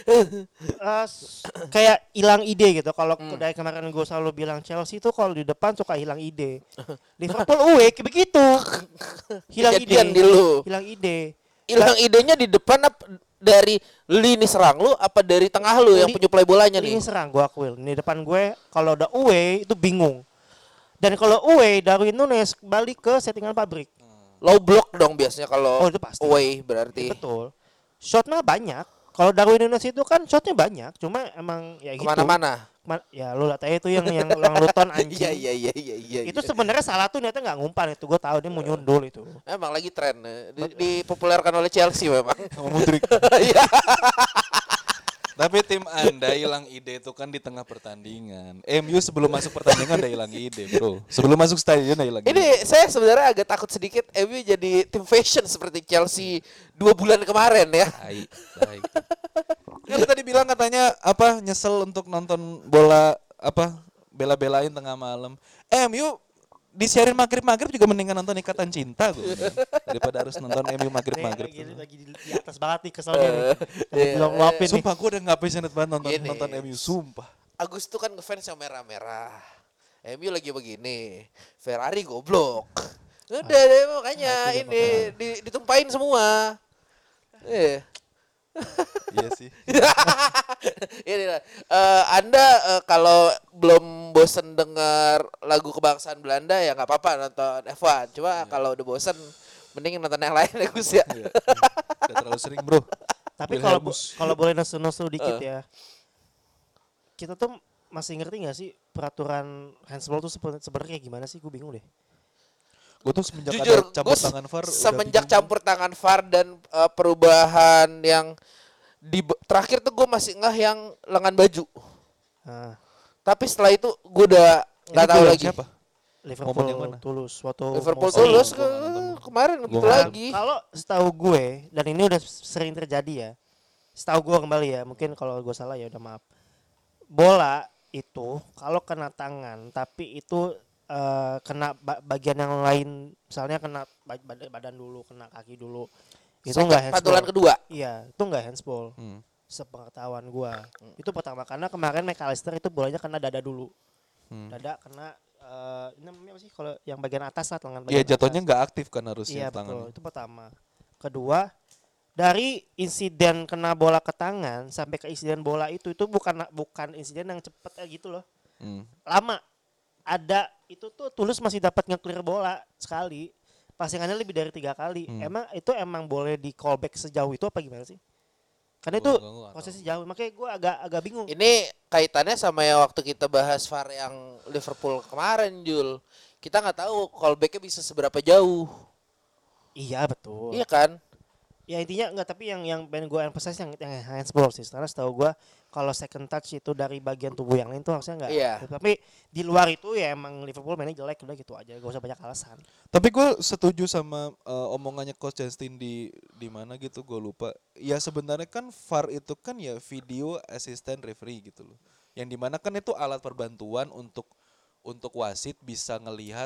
Kayak hilang ide gitu. Kalau dari kemarin gue selalu bilang Chelsea itu kalau di depan suka hilang ide. Liverpool away kayak begitu. Hilang ide. Kejadian di lu. Hilang ide. Hilang idenya di depan dari lini serang lu apa dari tengah lu yang penyuplai bolanya Ini nih? serang gue akuin. Di depan gue kalau udah away itu bingung. Dan kalau away Darwin Nunes balik ke settingan pabrik. Low block dong biasanya kalau Oh, itu pasti. away berarti. Betul. Shotnya banyak. Kalau Darwin Nunes itu kan shotnya banyak, cuma emang ya gitu. Kemana-mana. Ya lu lihat aja itu yang lu ton anjing. Iya. Itu sebenarnya salah tuh niatnya nggak ngumpan itu, gue tahu dia mau nyundul itu. Emang lagi tren dipopulerkan oleh Chelsea memang. Sama Mudryk. Iya. Tapi tim Anda hilang ide itu kan di tengah pertandingan. MU sebelum masuk pertandingan udah hilang ide, Bro. Sebelum masuk stadion udah hilang ide. Ini saya sebenarnya agak takut sedikit MU jadi tim fashion seperti Chelsea 2 bulan kemarin ya. Baik. Kan tadi bilang katanya apa nyesel untuk nonton bola apa bela-belain tengah malam. MU disiarin maghrib juga mendingan nonton Ikatan Cinta gue bilang. Daripada harus nonton MU maghrib. Lagi di atas banget nih keselnya nih. Belum luapin nih. Sumpah gue udah gak passionate banget nonton MU, sumpah. Agus tuh kan ngefans yang merah-merah. MU lagi begini. Ferrari goblok. Udah deh makanya ini ditumpahin semua. Iya sih. Ini Anda kalau belum bosen dengar lagu kebangsaan Belanda ya nggak apa-apa nonton F1. Cuma kalau udah bosen mending nonton yang lain ya Gus ya. Iya. Udah terlalu sering, Bro. Tapi Wilhelmus. kalau boleh nesu-nesu dikit ya. Kita tuh masih ngerti nggak sih peraturan handsball tuh sebenarnya kayak gimana sih? Gue bingung deh. Gue tuh semenjak Jujur, ada campur Gus, tangan VAR semenjak campur tangan VAR dan perubahan yang terakhir tuh gue masih ngeh yang lengan baju. Nah, Tapi setelah itu gue udah nggak tahu lagi. Siapa? Liverpool yang mana? Tulus waktu Liverpool mau tulus seri. kemarin Gua gitu nggak lagi. Kalau setahu gue dan ini udah sering terjadi ya. Setahu gue kembali ya, mungkin kalau gue salah ya udah maaf. Bola itu kalau kena tangan tapi itu kena bagian yang lain, misalnya kena badan dulu, kena kaki dulu. Itu enggak handsball. Pantulan kedua. Iya, itu enggak handsball. Sepengetahuan gua. Itu pertama karena kemarin McAllister itu bolanya kena dada dulu. Dada kena ini namanya apa sih kalau yang bagian atas lah, lengan bagian Iya, jatuhnya atas. nggak aktif kan harusnya Iya, tangan. betul. Itu pertama. Kedua, dari insiden kena bola ke tangan sampai ke insiden bola itu bukan insiden yang cepet gitu loh. Lama. Ada itu tuh Tulus masih dapat nge-clear bola sekali. Passingannya lebih dari 3 kali. Emang boleh di callback sejauh itu apa gimana sih? Karena itu prosesnya jauh. Makanya gue agak bingung. Ini kaitannya sama yang waktu kita bahas VAR yang Liverpool kemarin, Jul. Kita nggak tahu callbacknya bisa seberapa jauh. Iya betul. Iya kan? Ya intinya enggak, tapi yang pengen gue emphasize yang handsball sih. Karena setahu gue kalau second touch itu dari bagian tubuh yang lain tuh harusnya enggak. Iya. Tapi di luar itu ya emang Liverpool mainnya jelek, udah gitu aja. Gak usah banyak alasan. Tapi gue setuju sama omongannya Coach Justin di mana gitu, gue lupa. Ya sebenarnya kan VAR itu kan ya video assistant referee gitu loh. Yang dimana kan itu alat perbantuan untuk wasit bisa ngelihat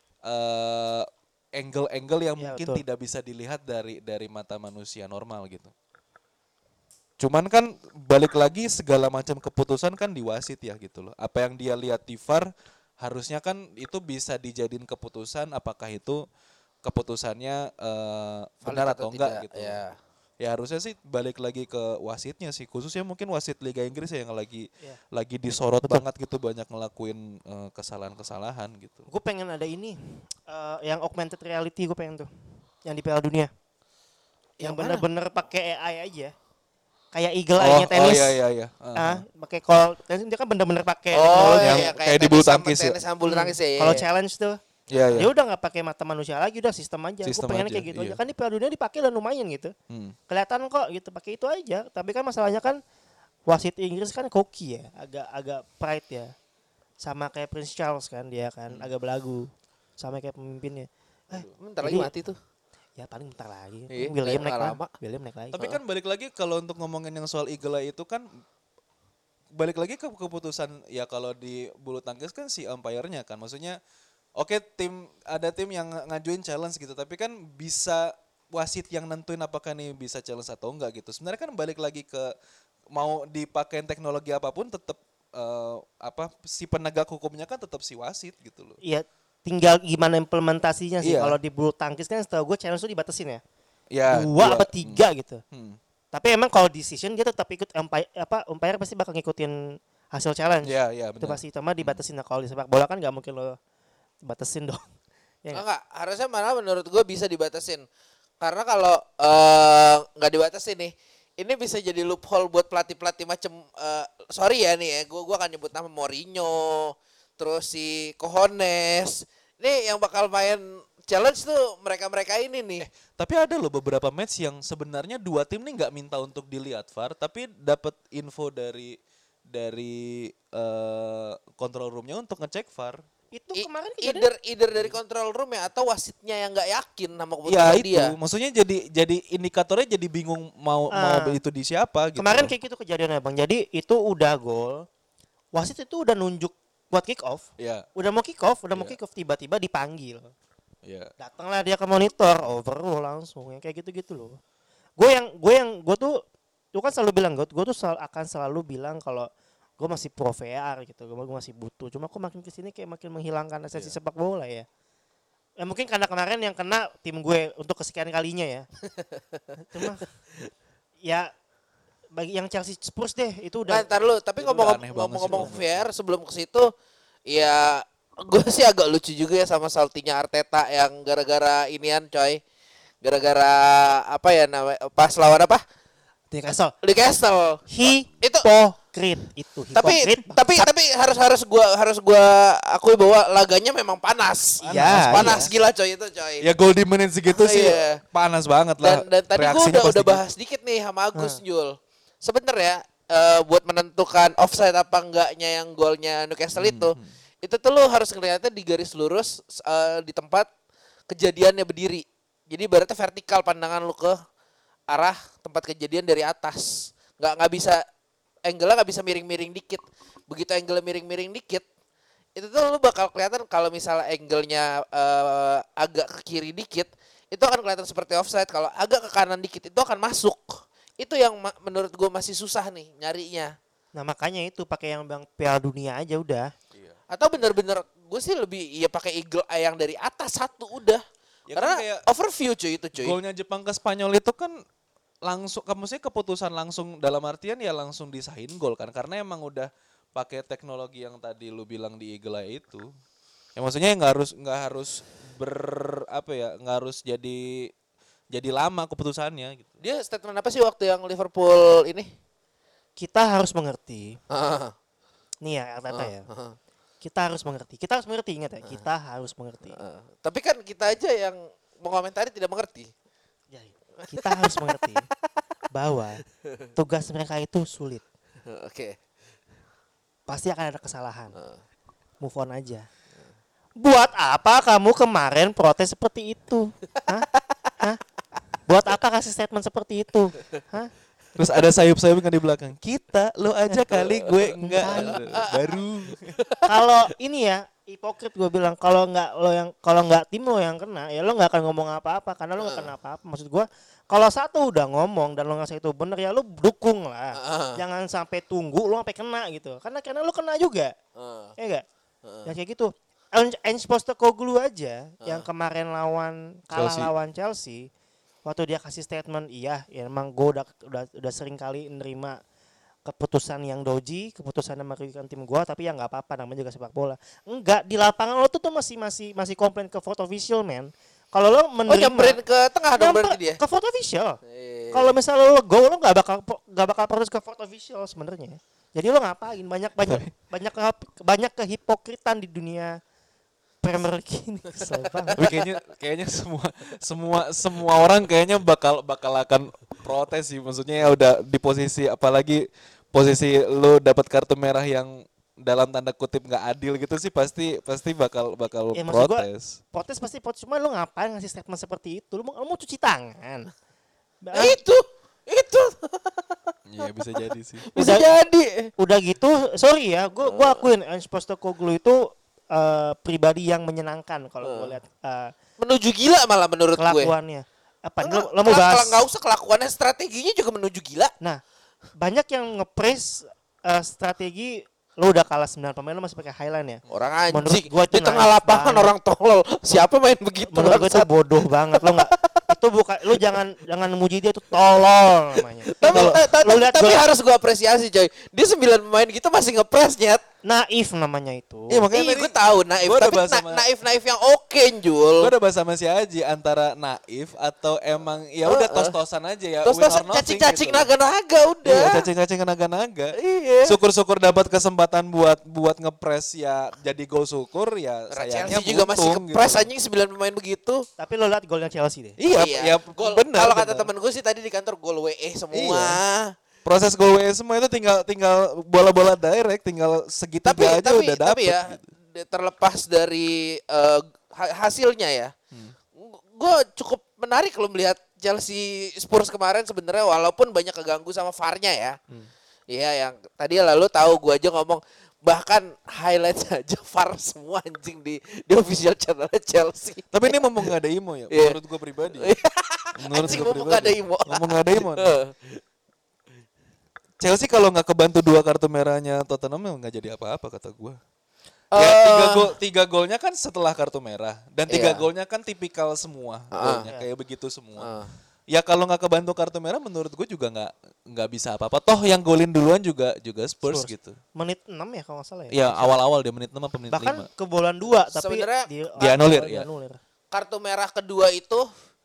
angle-angle yang Ya, mungkin betul. tidak bisa dilihat dari mata manusia normal gitu. Cuman kan balik lagi segala macam keputusan kan di wasit ya gitu loh. Apa yang dia lihat di VAR harusnya kan itu bisa dijadiin keputusan, apakah itu keputusannya benar atau enggak gitu. Ya. Ya harusnya sih balik lagi ke wasitnya sih, khususnya mungkin wasit Liga Inggris ya yang lagi disorot banget gitu, banyak ngelakuin kesalahan-kesalahan gitu. Gue pengen ada ini yang augmented reality, gue pengen tuh yang di Piala Dunia. Yang mana? bener-bener pakai AI aja. Kayak Eagle Eye-nya tenis. Iya. Pakai call tenis dia kan bener-bener pakai Oh teknologi. yang iya, kayak di bulu tangkis ya. Tenis sama bulu tangkis ya. Kalau challenge tuh Iya. dia udah nggak pakai mata manusia lagi, udah sistem aja. Gue Sistem pengen aja, kayak gitu iya. aja. Kan di Piala Dunia dipakai dan lumayan gitu. Kelihatan kok gitu, pakai itu aja. Tapi kan masalahnya kan wasit Inggris kan koki ya, agak pride ya. Sama kayak Prince Charles kan, dia kan agak belagu. Sama kayak pemimpinnya. Bentar lagi Jadi- mati tuh. Ya paling bentar lagi. Iya, William nggak naik lama. lagi. William naik lagi. Tapi kan balik lagi kalau untuk ngomongin yang soal Eagle Eye itu kan balik lagi ke keputusan ya, kalau di bulu tangkis kan si umpire-nya kan, maksudnya oke, ada tim yang ngajuin challenge gitu, tapi kan bisa wasit yang nentuin apakah nih bisa challenge atau enggak gitu. Sebenarnya kan balik lagi ke mau dipakein teknologi apapun tetap si penegak hukumnya kan tetap si wasit gitu loh. Iya, tinggal gimana implementasinya sih. Iya. Kalau di bulu tangkis kan setahu gue challenge tuh dibatasin ya. Ya, 2 apa 3 gitu. Hmm. Tapi emang kalau decision dia tetap ikut umpire pasti bakal ngikutin hasil challenge. Ya, Itu benar. pasti cuma dibatasin. Nah, kalau di sepak bola kan nggak mungkin lo batasin dong. Ya nggak? Enggak, harusnya malah menurut gue bisa dibatasin. Karena kalau nggak dibatasin nih, ini bisa jadi loophole buat pelatih-pelatih macam sorry ya nih ya, gua akan nyebut nama Mourinho, terus si Cojones. Ini yang bakal main challenge tuh mereka-mereka ini nih. Tapi ada loh beberapa match yang sebenarnya dua tim nih nggak minta untuk dilihat VAR, tapi dapat info dari control roomnya untuk ngecek VAR. Itu kemarin kejadian Either dari control room ya atau wasitnya yang nggak yakin sama Ya keputusan itu, dia. maksudnya jadi indikatornya jadi bingung mau itu di siapa gitu. kemarin kayak gitu kejadiannya Bang. Jadi itu udah gol. Wasit itu udah nunjuk buat kick off. Ya, Udah mau kick off Iya. tiba-tiba dipanggil. ya. Datanglah dia ke monitor, overrule langsung yang kayak gitu-gitu loh. Gue tuh kan selalu bilang gue tuh akan selalu bilang kalau gue masih pro VAR gitu, gue masih butuh. Cuma kok makin kesini kayak makin menghilangkan esensi sepak bola ya. Ya mungkin karena kemarin yang kena tim gue untuk kesekian kalinya ya. Cuma ya bagi yang Chelsea Spurs deh itu Nah, udah ntar lu, tapi Itu udah aneh banget ngomong-ngomong sih, VR sebelum ke situ ya gue sih agak lucu juga ya sama saltinya Arteta yang gara-gara inian coy. Gara-gara apa ya namanya pas lawan apa? Newcastle. Newcastle. Hipokrit itu Tapi harus gua akui bahwa laganya memang panas. Iya, Panas iya. gila coy itu coy. Ya gol di menit segitu sih Iya. panas banget lah. Dan tadi gua Reaksinya udah pasti bahas dikit nih sama Agus Jul. Sebenernya buat menentukan offside apa enggaknya yang golnya Newcastle itu tuh lu harus ngeliatnya di garis lurus di tempat kejadiannya berdiri. Jadi ibaratnya vertikal pandangan lu ke arah tempat kejadian dari atas. Nggak bisa angle-nya nggak bisa miring-miring dikit. Begitu angle miring-miring dikit, itu tuh lu bakal kelihatan kalau misalnya angle-nya agak ke kiri dikit, itu akan kelihatan seperti offside. Kalau agak ke kanan dikit itu akan masuk. Itu yang menurut gue masih susah nih nyarinya. Nah makanya itu pakai yang Bang Piala Dunia aja udah. Atau bener-bener gue sih lebih ya pakai eagle eye yang dari atas satu udah. Ya Karena kan kayak overview cuy itu cuy. golnya Jepang ke Spanyol itu kan langsung, maksudnya keputusan langsung dalam artian ya langsung disahin gol kan, karena emang udah pakai teknologi yang tadi lu bilang di Eagle Eye itu. Ya maksudnya nggak harus nggak harus jadi lama keputusannya gitu. Dia statement apa sih waktu yang Liverpool ini? Kita harus mengerti. Ah, Nih ya Arteta ya. Kita harus mengerti ingat ya. Kita harus mengerti. Tapi kan kita aja yang mengomentari tidak mengerti. Ya, kita harus mengerti bahwa tugas mereka itu sulit. Oke. Pasti akan ada kesalahan. Move on aja. Buat apa kamu kemarin protes seperti itu? Hah? Hah? Buat apa kasih statement seperti itu? Hah? Terus ada sayup-sayup kan di belakang. Kita, lo aja kali, gue enggak. Baru. Kalau ini ya hipokrit gue bilang kalau nggak tim lo yang kena ya lo nggak akan ngomong apa-apa karena lo nggak kena apa-apa. Maksud gue kalau satu udah ngomong dan lo ngerasa itu bener ya lo dukung lah. Jangan sampai tunggu lo sampai kena gitu. Karena lo kena juga. Ya enggak? Ya kayak gitu. Ange Postecoglou aja yang kemarin kalah Chelsea. lawan Chelsea. Waktu dia kasih statement, iya, ya emang gue udah sering kali nerima keputusan yang doji, keputusan yang merugikan tim gue, tapi ya nggak apa-apa, namanya juga sepak bola. Enggak, di lapangan lo tuh masih komplain ke foto visual, man. Kalau lo menerima, Nyamperin ke tengah dong berarti dia. ke foto visual. Iya. Kalau misalnya lo go, lo nggak bakal protes ke foto visual sebenarnya. Jadi lo ngapain? Banyak kehipokritan di dunia Premier League ini. Kesel banget. Tapi kayaknya semua orang kayaknya bakal akan protes sih. Maksudnya ya udah di posisi, apalagi posisi lu dapat kartu merah yang dalam tanda kutip nggak adil gitu sih, pasti bakal Ya, maksud gua, protes. protes. Cuma lu ngapain ngasih statement seperti itu? Lu mau cuci tangan. Nah, itu. Iya bisa jadi sih. Bisa Udah- jadi. Udah gitu, sorry ya, gua akuin Ange Postecoglou itu pribadi yang menyenangkan kalau gue lihat Menuju gila malah menurut gue. kelakuannya. Apa lo mau bahas? Nggak usah kelakuannya, strateginya juga menuju gila. Nah, banyak yang nge-praise strategi lo udah kalah 9 pemain lo masih pakai Highline ya. Orang Menurut anjing gua itu di tengah naif lapangan banget. orang tolol. Siapa main begitu? Menurut gue itu bangsat? bodoh banget. Lo nggak itu bukan lo jangan muji dia itu tolol namanya. Tapi Lo lihat tapi gol- harus gue apresiasi coy. Dia 9 pemain gitu masih ngepres nyet. Naif namanya itu. Iya makanya Iya, tadi gue tahu naif, gua udah tapi bahas sama- naif yang oke, Jul. Gue udah bahas sama si Aji antara naif atau emang ya udah tos-tosan aja ya. Terus win or nothing cacing-cacing gitu. naga-naga udah. Iya, cacing-cacing naga-naga. Iya. Syukur-syukur dapat kesempatan buat ngepres ya jadi gol syukur ya sayangnya Chelsea juga masih buntung kepres gitu. anjing 9 pemain begitu. Tapi lo lihat golnya Chelsea deh. Iya, ya Gol, benar. kalau kata benar. temen gue sih tadi di kantor gol WE semua. Iya. Proses gol WS semua itu tinggal bola-bola direct, tinggal segitiga aja udah dapet. Tapi ya terlepas dari hasilnya ya, gue cukup menarik lo melihat Chelsea Spurs kemarin sebenarnya walaupun banyak keganggu sama VAR-nya ya. Iya yang tadi lalu tahu gue aja ngomong bahkan highlight aja VAR semua anjing di official channel Chelsea. Tapi ini mumpung gak ada Imo ya, Iya. menurut gue pribadi. Anjing mumpung gak ada Imo. Ngomong gak ada Imo. Chelsea kalau nggak kebantu 2 kartu merahnya Tottenham emang nggak jadi apa-apa kata gue. Ya tiga golnya kan setelah kartu merah dan 3 Iya. golnya kan tipikal semua golnya kayak begitu semua. Ah. Ya kalau nggak kebantu kartu merah menurut gue juga nggak bisa apa-apa. Toh yang golin duluan juga Spurs gitu. Menit 6 ya kalau nggak salah ya. Ya awal-awal dia menit 6 apa menit Bahkan 5. kebobolan 2 tapi Sebenarnya dianulir, ya. Kartu merah kedua itu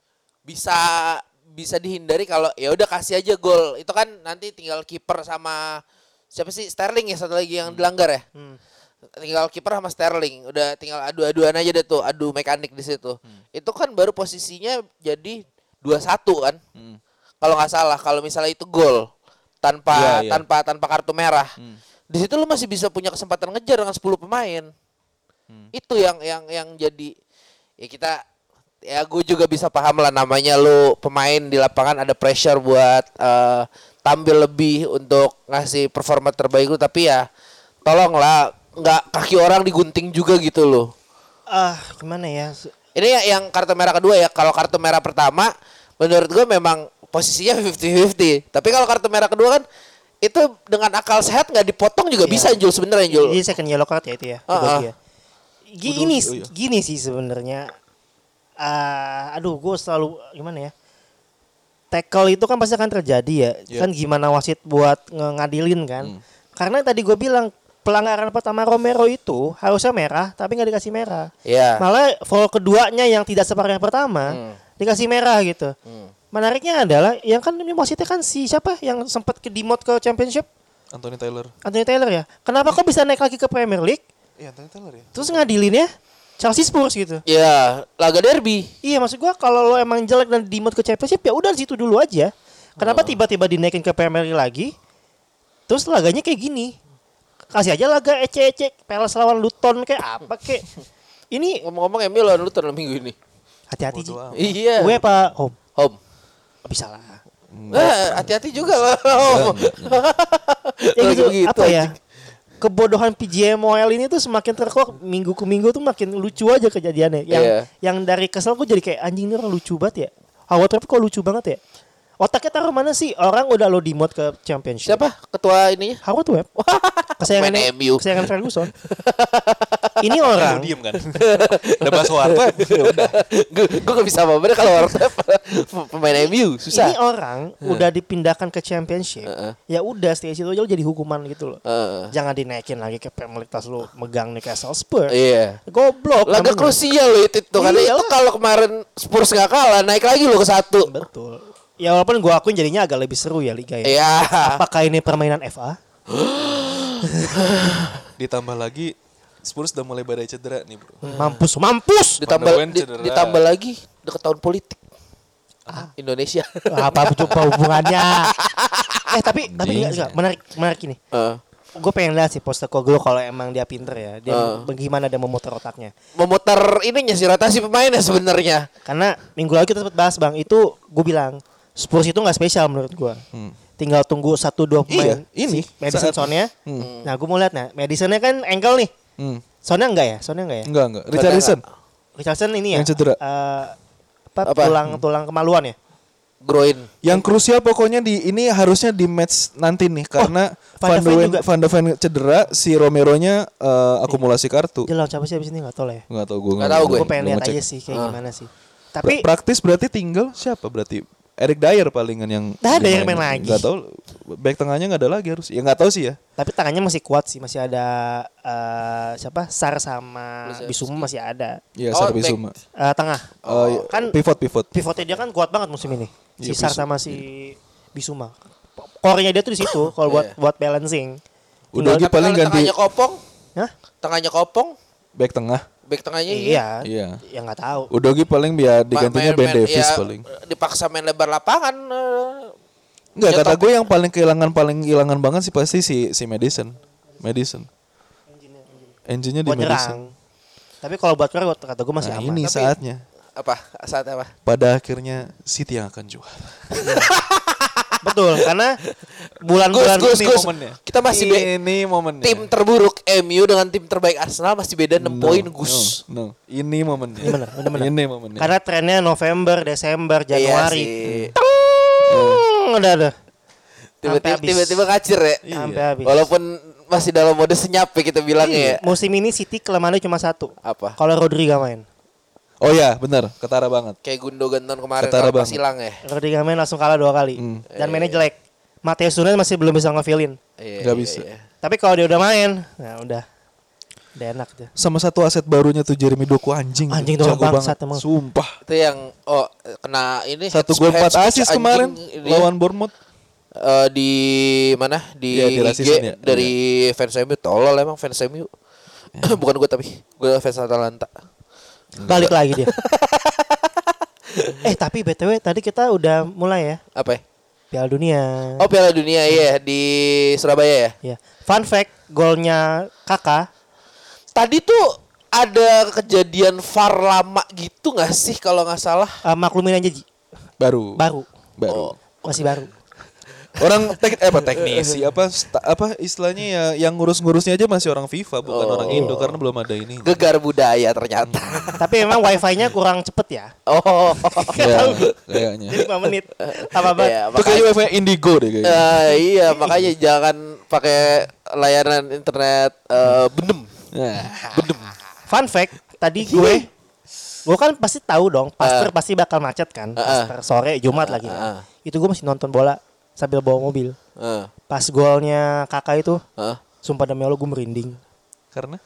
bisa dihindari kalau ya udah kasih aja gol. Itu kan nanti tinggal kiper sama siapa sih Sterling ya satu lagi yang dilanggar ya. Tinggal kiper sama Sterling, udah tinggal adu-aduan aja deh tuh, adu mekanik di situ. Itu kan baru posisinya jadi 2-1 kan. Kalau nggak salah, kalau misalnya itu gol tanpa Iya, iya. tanpa kartu merah. Di situ lu masih bisa punya kesempatan ngejar dengan 10 pemain. Itu yang jadi ya kita ya gue juga bisa paham lah namanya lu pemain di lapangan ada pressure buat tampil lebih untuk ngasih performa terbaik lu tapi ya tolonglah nggak kaki orang digunting juga gitu loh. Gimana ya? Ini yang kartu merah kedua ya. Kalau kartu merah pertama menurut gue memang posisinya 50-50. Tapi kalau kartu merah kedua kan itu dengan akal sehat nggak dipotong juga Iya. bisa Jul sebenarnya Jul. Jadi second yellow card ya itu ya. dibagi ya. iya. Gini sih sebenarnya. Aduh, gue selalu gimana ya? Tackle itu kan pasti akan terjadi ya. Iya. Kan gimana wasit buat ngadilin kan? Karena tadi gue bilang pelanggaran pertama Romero itu harusnya merah tapi nggak dikasih merah. Iya. Malah foul keduanya yang tidak separah yang pertama dikasih merah gitu. Menariknya adalah yang kan ini wasitnya kan si siapa yang sempat ke demote ke Championship? Anthony Taylor. Anthony Taylor ya. Kenapa kok bisa naik lagi ke Premier League? Iya Anthony Taylor ya. Terus ngadilinnya Chelsea Spurs gitu. Ya, laga derby. Iya maksud gua kalau lo emang jelek dan demote ke Championship ya udah di situ dulu aja. Kenapa tiba-tiba dinaikin ke Premier League lagi? Terus laganya kayak gini. Kasih aja laga ece-ece Palace lawan Luton kayak apa kayak. Ini Ngomong-ngomong MU lawan Luton minggu ini. hati-hati Ji. Bodo amat. Iya. Gue apa home? Home. Bisa lah. Hati-hati juga lah. Home. Ya Lagi gitu, begitu, apa ya? anjing. Kebodohan PGMOL ini tuh semakin terkuak minggu ke minggu tuh makin lucu aja kejadiannya. Yang dari kesel gue jadi kayak anjing ini orang lucu banget ya. Howard Webb kok lucu banget ya. Otaknya taruh mana sih? Orang udah lo demote ke Championship. Siapa ketua ininya? Howard Webb. Main MU. Kesayangan Ferguson. Ini orang. Diem kan. Udah bahas Warta. Udah. Gue gak bisa apa-apa deh kalau orang pemain MU susah. Ini orang udah dipindahkan ke Championship. Ya udah stay situ aja lo jadi hukuman gitu loh. Jangan dinaikin lagi ke Premier League tas lo megang Newcastle Spurs. Iya. Goblok. Laga namanya. krusial loh itu tuh. Karena Iyalah. itu kalau kemarin Spurs gak kalah naik lagi loh ke 1. Betul. Ya walaupun gue akuin jadinya agak lebih seru ya liga ya. Iya. Apakah ini permainan FA? Ditambah lagi Spurs udah mulai badai cedera nih bro. Mampus. Ditambah Van de Ven cedera. ditambah lagi deket tahun politik. Indonesia. Apa coba hubungannya? tapi enggak menarik ini. Gue pengen lihat sih Postecoglou kalau emang dia pinter ya. Dia bagaimana dia memutar otaknya. Memutar ininya sih rotasi pemainnya sebenarnya. Karena minggu lalu kita sempat bahas Bang, itu gue bilang Spurs itu nggak spesial menurut gue. Tinggal tunggu 1-2 pemain. Iya, ini Madison saat- Sonnya. Nah gue mau lihat Madisonnya kan ankle nih. Sonnya enggak ya? Enggak. Richarlison. Richardson ini ya. Yang cedera. Apa? Tulang kemaluan ya. Groin. Yang krusial pokoknya ini harusnya di match nanti nih karena Van de Ven juga. Van de Ven cedera, si Romeronya akumulasi kartu. Dia lawan siapa sih abis ini nggak tahu lah ya. Enggak tahu gue. Nggak tahu gue. Gue pengen lihat aja sih kayak gimana sih. Tapi Praktis berarti tinggal siapa berarti? Eric Dyer palingan yang Nah, Dyer dimainin. main lagi. Enggak tahu. Back tengahnya nggak ada lagi harus. Ya nggak tahu sih ya. Tapi tangannya masih kuat sih, masih ada siapa? Sar sama Kulusevski. Bisuma masih ada. Iya, Oh, Sarbi back. Suma. Tengah. Kan Pivot. pivotnya dia kan kuat banget musim ini. Si Iya, Sar sama si Bisuma. Core-nya dia tuh di situ kalau buat balancing. Udah Tapi paling kalau ganti tengahnya kopong, Hah? tengahnya kopong, back tengah. back tengahnya Iya. Iya. Ya nggak tahu. Udogi paling biar digantinya Ben Davis paling. Dipaksa main lebar lapangan. Enggak, nyetok. kata gue yang paling kehilangan banget sih pasti si Madison. Engine-nya di Buat Madison. nyerang. Tapi kalau buat nyerang kata gue masih Nah, aman. ini Tapi- saatnya. Apa? Saat apa? Pada akhirnya City yang akan juara. Betul, karena bulan-bulan Gus, ini Gus. momennya. Kita masih ini momennya. tim terburuk MU dengan tim terbaik Arsenal masih beda 6 poin, Gus. No. Ini momennya. Ini benar, benar. Ini momennya. Karena trennya November, Desember, Iya Januari. sih. Udah. Tiba-tiba habis. tiba-tiba ngacir ya. Sampai habis. Walaupun masih dalam mode senyap ya kita bilangnya ya. Musim ini City kelemahannya cuma satu. Apa? Kalau Rodri gak main. Oh ya, benar. Ketara banget. Kayak Gundogan tahun kemarin Ketara kalau pas banget. hilang ya. Rodri gak main langsung kalah 2 kali. Dan mainnya jelek. Mateus Nunes masih belum bisa ngefilin. Iya, Nggak iya, bisa. iya. Tapi kalau dia udah main, nah udah enak tuh. Sama satu aset barunya tuh Jeremy Doku anjing. Anjing tuh Jago bangsat banget. emang. Sumpah. Itu yang kena ini 1 gol 4 head-speech assist kemarin anjing dia. lawan Bournemouth. Di mana di, Iya, di last IG season ya. dari fans MU tolol emang fans MU. Bukan gue tapi gue fans Atalanta. Balik lagi dia. Tapi BTW tadi kita udah mulai ya Apa ya? Piala Dunia. Oh Piala Dunia iya di Surabaya ya. Ya. Fun fact, golnya Kakak Tadi tuh ada kejadian VAR lama gitu nggak sih kalau nggak salah? maklumin aja Ji. Baru. Baru. Oh. Masih baru. Orang teknisi apa istilahnya ya yang ngurus-ngurusnya aja masih orang FIFA bukan orang Indo karena belum ada ini. Gegar budaya ternyata. Tapi emang wifi-nya kurang cepet ya. Oh. Ya, kayaknya. Jadi 5 menit. Apa banget. Iya, Itu kayaknya wifi Indigo deh kayaknya. iya makanya jangan pakai layanan internet benem. Nah, Fun fact, tadi gue kan pasti tahu dong, Pasteur pasti bakal macet kan. Pasteur sore Jumat lagi. Itu gue masih nonton bola sambil bawa mobil. Pas golnya Kakak itu, sumpah demi Allah gue merinding. karena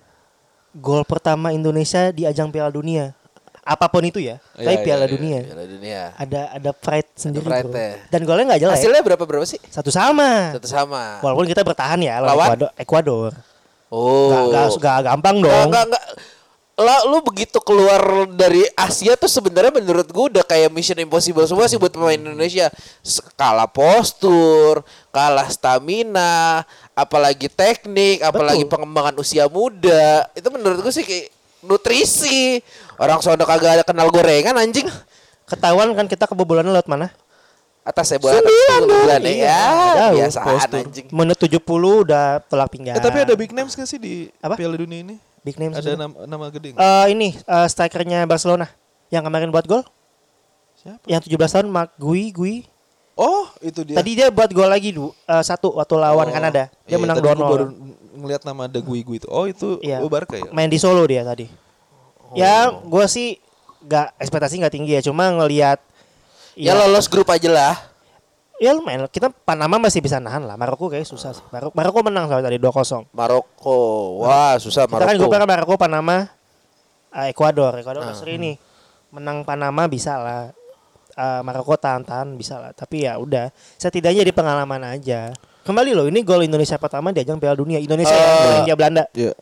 Gol pertama Indonesia di ajang Piala Dunia. Apapun itu ya, tapi Piala Dunia. Piala Dunia. Ada pride sendiri bro. pride-nya. Dan golnya nggak jelek. Hasilnya berapa sih? Satu sama. Satu sama. Walaupun kita bertahan ya Lawan? lawan Ekuador. Oh. Gak gampang dong. Enggak. Lah lu begitu keluar dari Asia tuh sebenarnya menurut gue udah kayak Mission Impossible semua sih buat pemain Indonesia. Kalah postur, kalah stamina, apalagi teknik, apalagi pengembangan usia muda. Itu menurut gue sih kayak nutrisi. Orang sono kagak ada kenal gorengan anjing. Ketahuan kan kita kebobolannya lewat mana? Atas ya bola bulan ya. Iya, jauh. Biasaan Postur. anjing. Menit 70 udah tolak pinggang. tapi ada big names gak sih di Apa? Piala Dunia ini? big name Ada semua. nama gede nggak? Ini strikernya Barcelona yang kemarin buat gol. Siapa? Yang 17 tahun Marc Gui. Oh, itu dia. Tadi dia buat gol lagi satu waktu lawan Kanada. Dia menang tadi 2-0. gua baru ngeliat nama ada Gui itu. Oh, itu Iya. Barca ya? Main di Solo dia tadi. Ya, gue sih ekspektasi nggak tinggi ya, cuma ngelihat Ya lolos grup aja lah. Ya lumayan. Kita Panama masih bisa nahan lah. Maroko kayak susah sih. Maroko menang soalnya tadi 2-0. Maroko. Wah, susah Kita kan Maroko. grup Maroko, Panama, Ekuador seri ini. Menang Panama bisa lah. Maroko tahan-tahan bisa lah. Tapi ya udah, setidaknya di pengalaman aja. Kembali loh, ini gol Indonesia pertama di ajang Piala Dunia. Indonesia ya, India Belanda. Iya.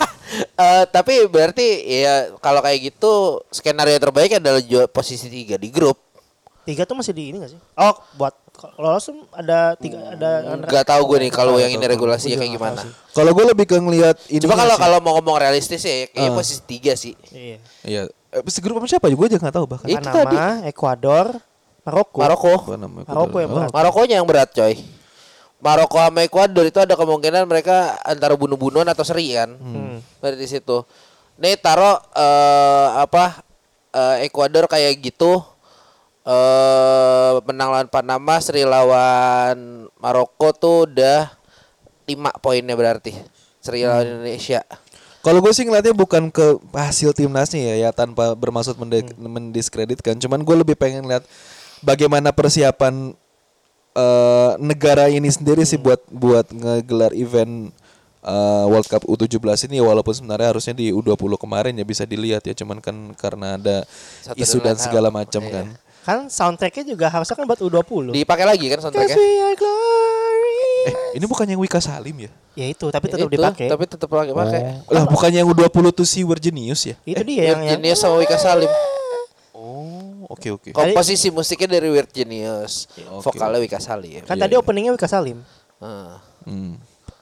Tapi berarti ya kalau kayak gitu skenario terbaik adalah posisi 3 di grup. 3 tuh masih di ini gak sih? Oh, buat lolos tuh ada 3 ada. Gak tahu gue nih kalau yang ini regulasinya kayak gimana. Kalau gue lebih ke ngelihat ini. Coba kalau mau ngomong realistis ya kayaknya posisi 3 sih. Iya. Iya. Grup sama siapa? Gue aja nggak tahu bahkan. Itu tadi. Panama, Ekuador, Maroko. Maroko. Apa namanya? Maroko yang berat. Marokonya yang berat coy. Maroko sama Ekuador itu ada kemungkinan mereka antara bunuh-bunuhan atau seri kan. Berarti di situ. Nih taruh Ekuador kayak gitu. Menang lawan Panama, seri lawan Maroko tuh udah 5 poinnya berarti. Seri lawan Indonesia. Kalau gue sih ngeliatnya bukan ke hasil timnasnya ya tanpa bermaksud mendiskreditkan. Cuman gue lebih pengen lihat bagaimana persiapan negara ini sendiri sih buat ngegelar event World Cup U17 ini, walaupun sebenarnya harusnya di U20 kemarin ya bisa dilihat ya, cuman kan karena ada Satu isu dan dan lain segala hal. macam Iya. kan. Kan soundtracknya juga harusnya kan buat U20. Dipakai lagi kan soundtracknya? Ini bukan yang Wika Salim ya? Ya itu, tapi tetap Itu, dipakai. tapi tetap pakai. Lah bukannya yang U20 tuh si Virginius ya? Itu dia yang Virginius sama Wika Salim. Oh, oke. Komposisi musiknya dari Virginius, Oke. vokalnya Wika Salim. kan Iya, tadi iya. openingnya Wika Salim. Heeh. Hmm.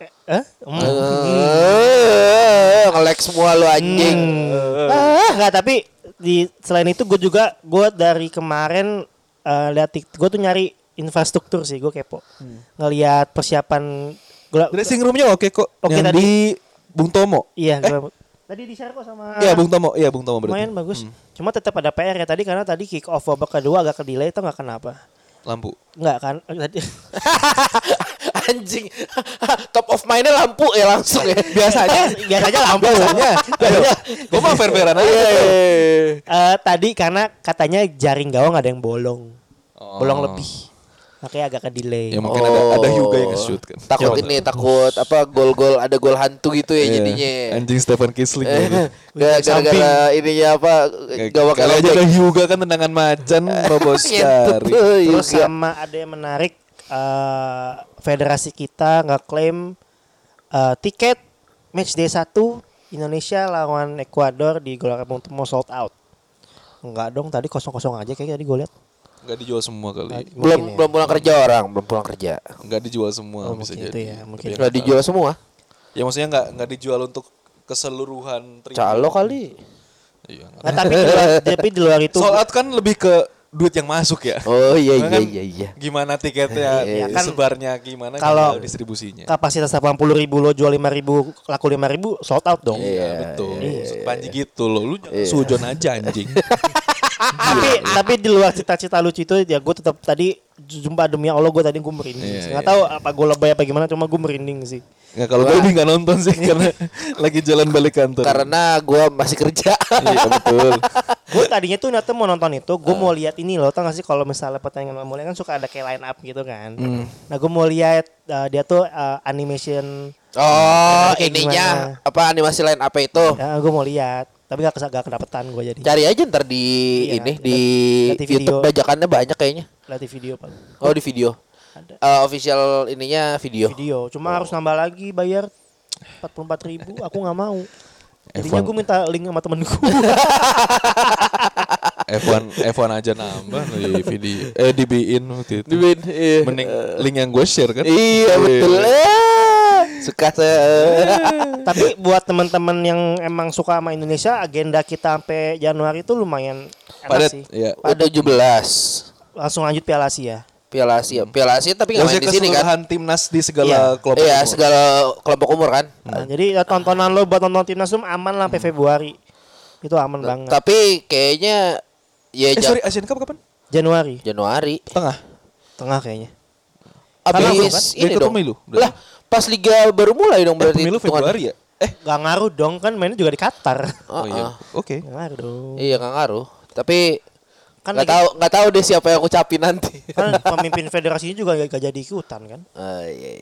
Nge-lag semua lu anjing. Enggak, tapi selain itu gue dari kemarin lihat gue tuh nyari infrastruktur sih, gue kepo. Ngelihat persiapan Dressing roomnya oke kok. Oke, Yang tadi- di Bung Tomo. iya, tadi di-share kok sama Iya Bung Tomo, berarti. lumayan bagus. Cuma tetap ada PR ya tadi, karena tadi kick off babak kedua agak ke-delay, itu nggak kenapa. Lampu. Enggak kan? Tadi Anjing. Top of mind-nya lampu ya langsung ya. biasanya lampu. Biasanya. Gue mah fair-fairan aja. Tadi karena katanya jaring gawang ada yang bolong. Oh. Bolong lebih. Makanya agak ke-delay. Ya mungkin ada Hyuga yang nge-shoot kan. Takut Coba. ini, takut apa ada gol hantu gitu ya Iya. jadinya. Anjing Stephen Kisling. Gara-gara ininya apa gawang Kali aja ke Hyuga kan tendangan macan robos cari. Terus sama ada yang menarik, federasi kita ngeklaim tiket match day 1 Indonesia lawan Ekuador di Gelora Bung Tomo sold out. Enggak dong, tadi kosong-kosong aja kayaknya tadi gue lihat. Enggak dijual semua kali. belum pulang kerja orang, belum pulang kerja. Enggak dijual semua Oh, bisa mungkin jadi. itu ya, mungkin. Tapi Enggak dijual semua. Ya maksudnya enggak dijual untuk keseluruhan tribun. Calo kali. Iya. nggak. Nah, tapi di luar itu Sold out kan lebih ke duit yang masuk ya. Oh iya Kan iya. Gimana tiketnya, Iya, kan sebarnya gimana, kalau- gimana distribusinya. kapasitas 80.000 lo jual 5.000 laku 5.000 sold out dong. Iya. Betul. Iya. Maksud Panji gitu loh. Lu sujon aja anjing. tapi di luar cita-cita lucu itu ya gue tetap tadi jumpa demi Allah gue tadi gue merinding. Iya, Nggak iya. tahu apa gue lebay apa gimana, cuma gue merinding sih. Nggak, kalau gue lebih nggak nonton sih karena lagi jalan balik kantor. Karena gua masih kerja. Iya betul. Gue tadinya tuh nanti mau nonton itu, gue mau lihat ini loh, tau gak sih kalau misalnya pertandingan mulai kan suka ada kayak line up gitu kan. Nah gue mau lihat dia tuh animation, Oh, Kayak ininya gimana? apa animasi lain apa itu? ya gue mau lihat, tapi gak kedapetan gue jadi. Cari aja ntar di Iya, ini di lihat di video. YouTube bajakannya banyak kayaknya. Lihat di video Pak. Oh, di video. Ada Official ininya video. video, cuma harus nambah lagi bayar 44.000, aku nggak mau. Jadinya gue minta link sama temenku. F1 aja nambah di video. Dibiin waktu itu. Iya. Mending link yang gue share kan. Iya betul. Suka saya. Tapi buat teman-teman yang emang suka sama Indonesia, agenda kita sampai Januari itu lumayan enak Padat. sih. Iya. Udah 17 Langsung lanjut Piala Asia. Piala Asia. Piala Asia tapi nggak main Maksudnya di sini kan? keseluruhan timnas di segala Iya. kelompok. Iya, umur. segala kelompok umur kan. Nah, jadi tontonan lo buat nonton timnas tuh aman lah sampai Februari. Itu aman banget. Tapi kayaknya ya Sorry, Asian Cup kapan? Januari Januari. Tengah. tengah kayaknya. Habis Karena ini Dari dong. pemilu. Lah, pas liga baru mulai dong berarti. Pemilu hitungan. Februari ya? Gak ngaruh dong, kan mainnya juga di Qatar. Oh iya. Oke. Gak ngaruh dong. Iya nggak ngaruh. Tapi Kan nggak tahu deh siapa yang ucapin nanti. kan pemimpin federasinya juga gak jadi ikutan kan. Iya.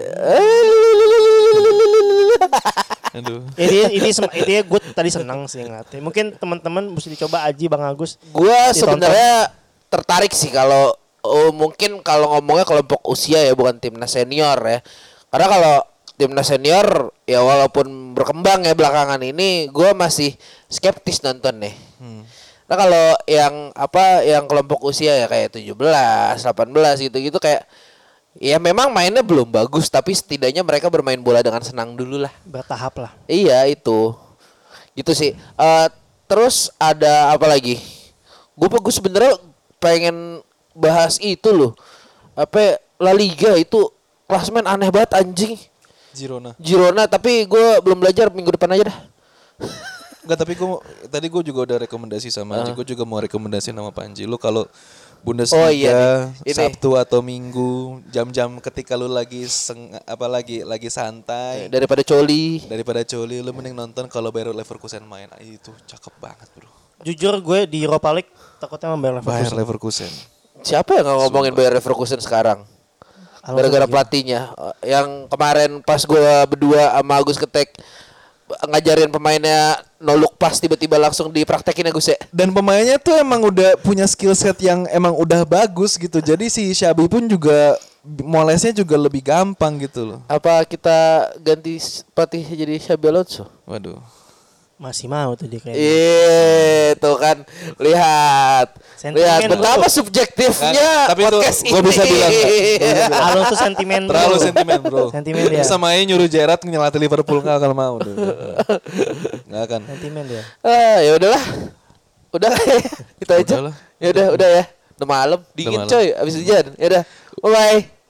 Aduh. Ini gue tadi senang sih ngeliatnya. Mungkin teman-teman mesti dicoba Aji, Bang Agus. Gua Ditonton. sebenarnya tertarik sih kalau mungkin kalau ngomongnya kelompok usia ya bukan timnas senior ya. Karena kalau timnas senior ya walaupun berkembang ya belakangan ini, gua masih skeptis nonton nih. Nah kalau yang kelompok usia ya kayak 17, 18 gitu-gitu kayak ya memang mainnya belum bagus tapi setidaknya mereka bermain bola dengan senang dulu lah. Bertahap lah. Iya itu, gitu sih. Terus ada apa lagi? Gue sebenarnya pengen bahas itu loh. Apa La Liga itu klasemen aneh banget anjing. Girona tapi gue belum belajar minggu depan aja dah. Enggak, tapi tadi gue juga udah rekomendasi sama Anji. Gue juga mau rekomendasi nama Panji. Lu kalau Bundesliga Oh, iya nih. Ini. Sabtu atau Minggu jam-jam ketika lu lagi lagi santai Daripada coli. daripada coli, lu mending nonton kalau Bayer Leverkusen main. Itu cakep banget, Bro. Jujur gue di Europa League takutnya sama Bayer Bayer Leverkusen. Leverkusen. Siapa yang nggak ngomongin Bayer Leverkusen sekarang? Gara-gara pelatihnya. Yang kemarin pas gue berdua sama Agus Ketek ngajarin pemainnya no look pass tiba-tiba langsung dipraktekin ya Gus ya. Dan pemainnya tuh emang udah punya skill set yang emang udah bagus gitu. Jadi si Xabi pun juga molesnya juga lebih gampang gitu loh. Apa kita ganti pelatih jadi Xabi Alonso? Waduh. Masih mau tuh dia kayaknya. Iya, tuh kan lihat. Sentimen Lihat lu. betapa subjektifnya Tapi itu podcast gue bisa bilang nggak? Alonso sentimen Terlalu bro. sentimen bro. Sentimen dia. Sama aja nyuruh Gerrard ngelatih Liverpool nggak akan mau. Nggak akan. Sentimen dia. Ya udahlah. Udah itu aja. Udahlah. Ya udah ya. Udah malam, dingin malam. coy, abis hujan. Ya udah. Bye bye.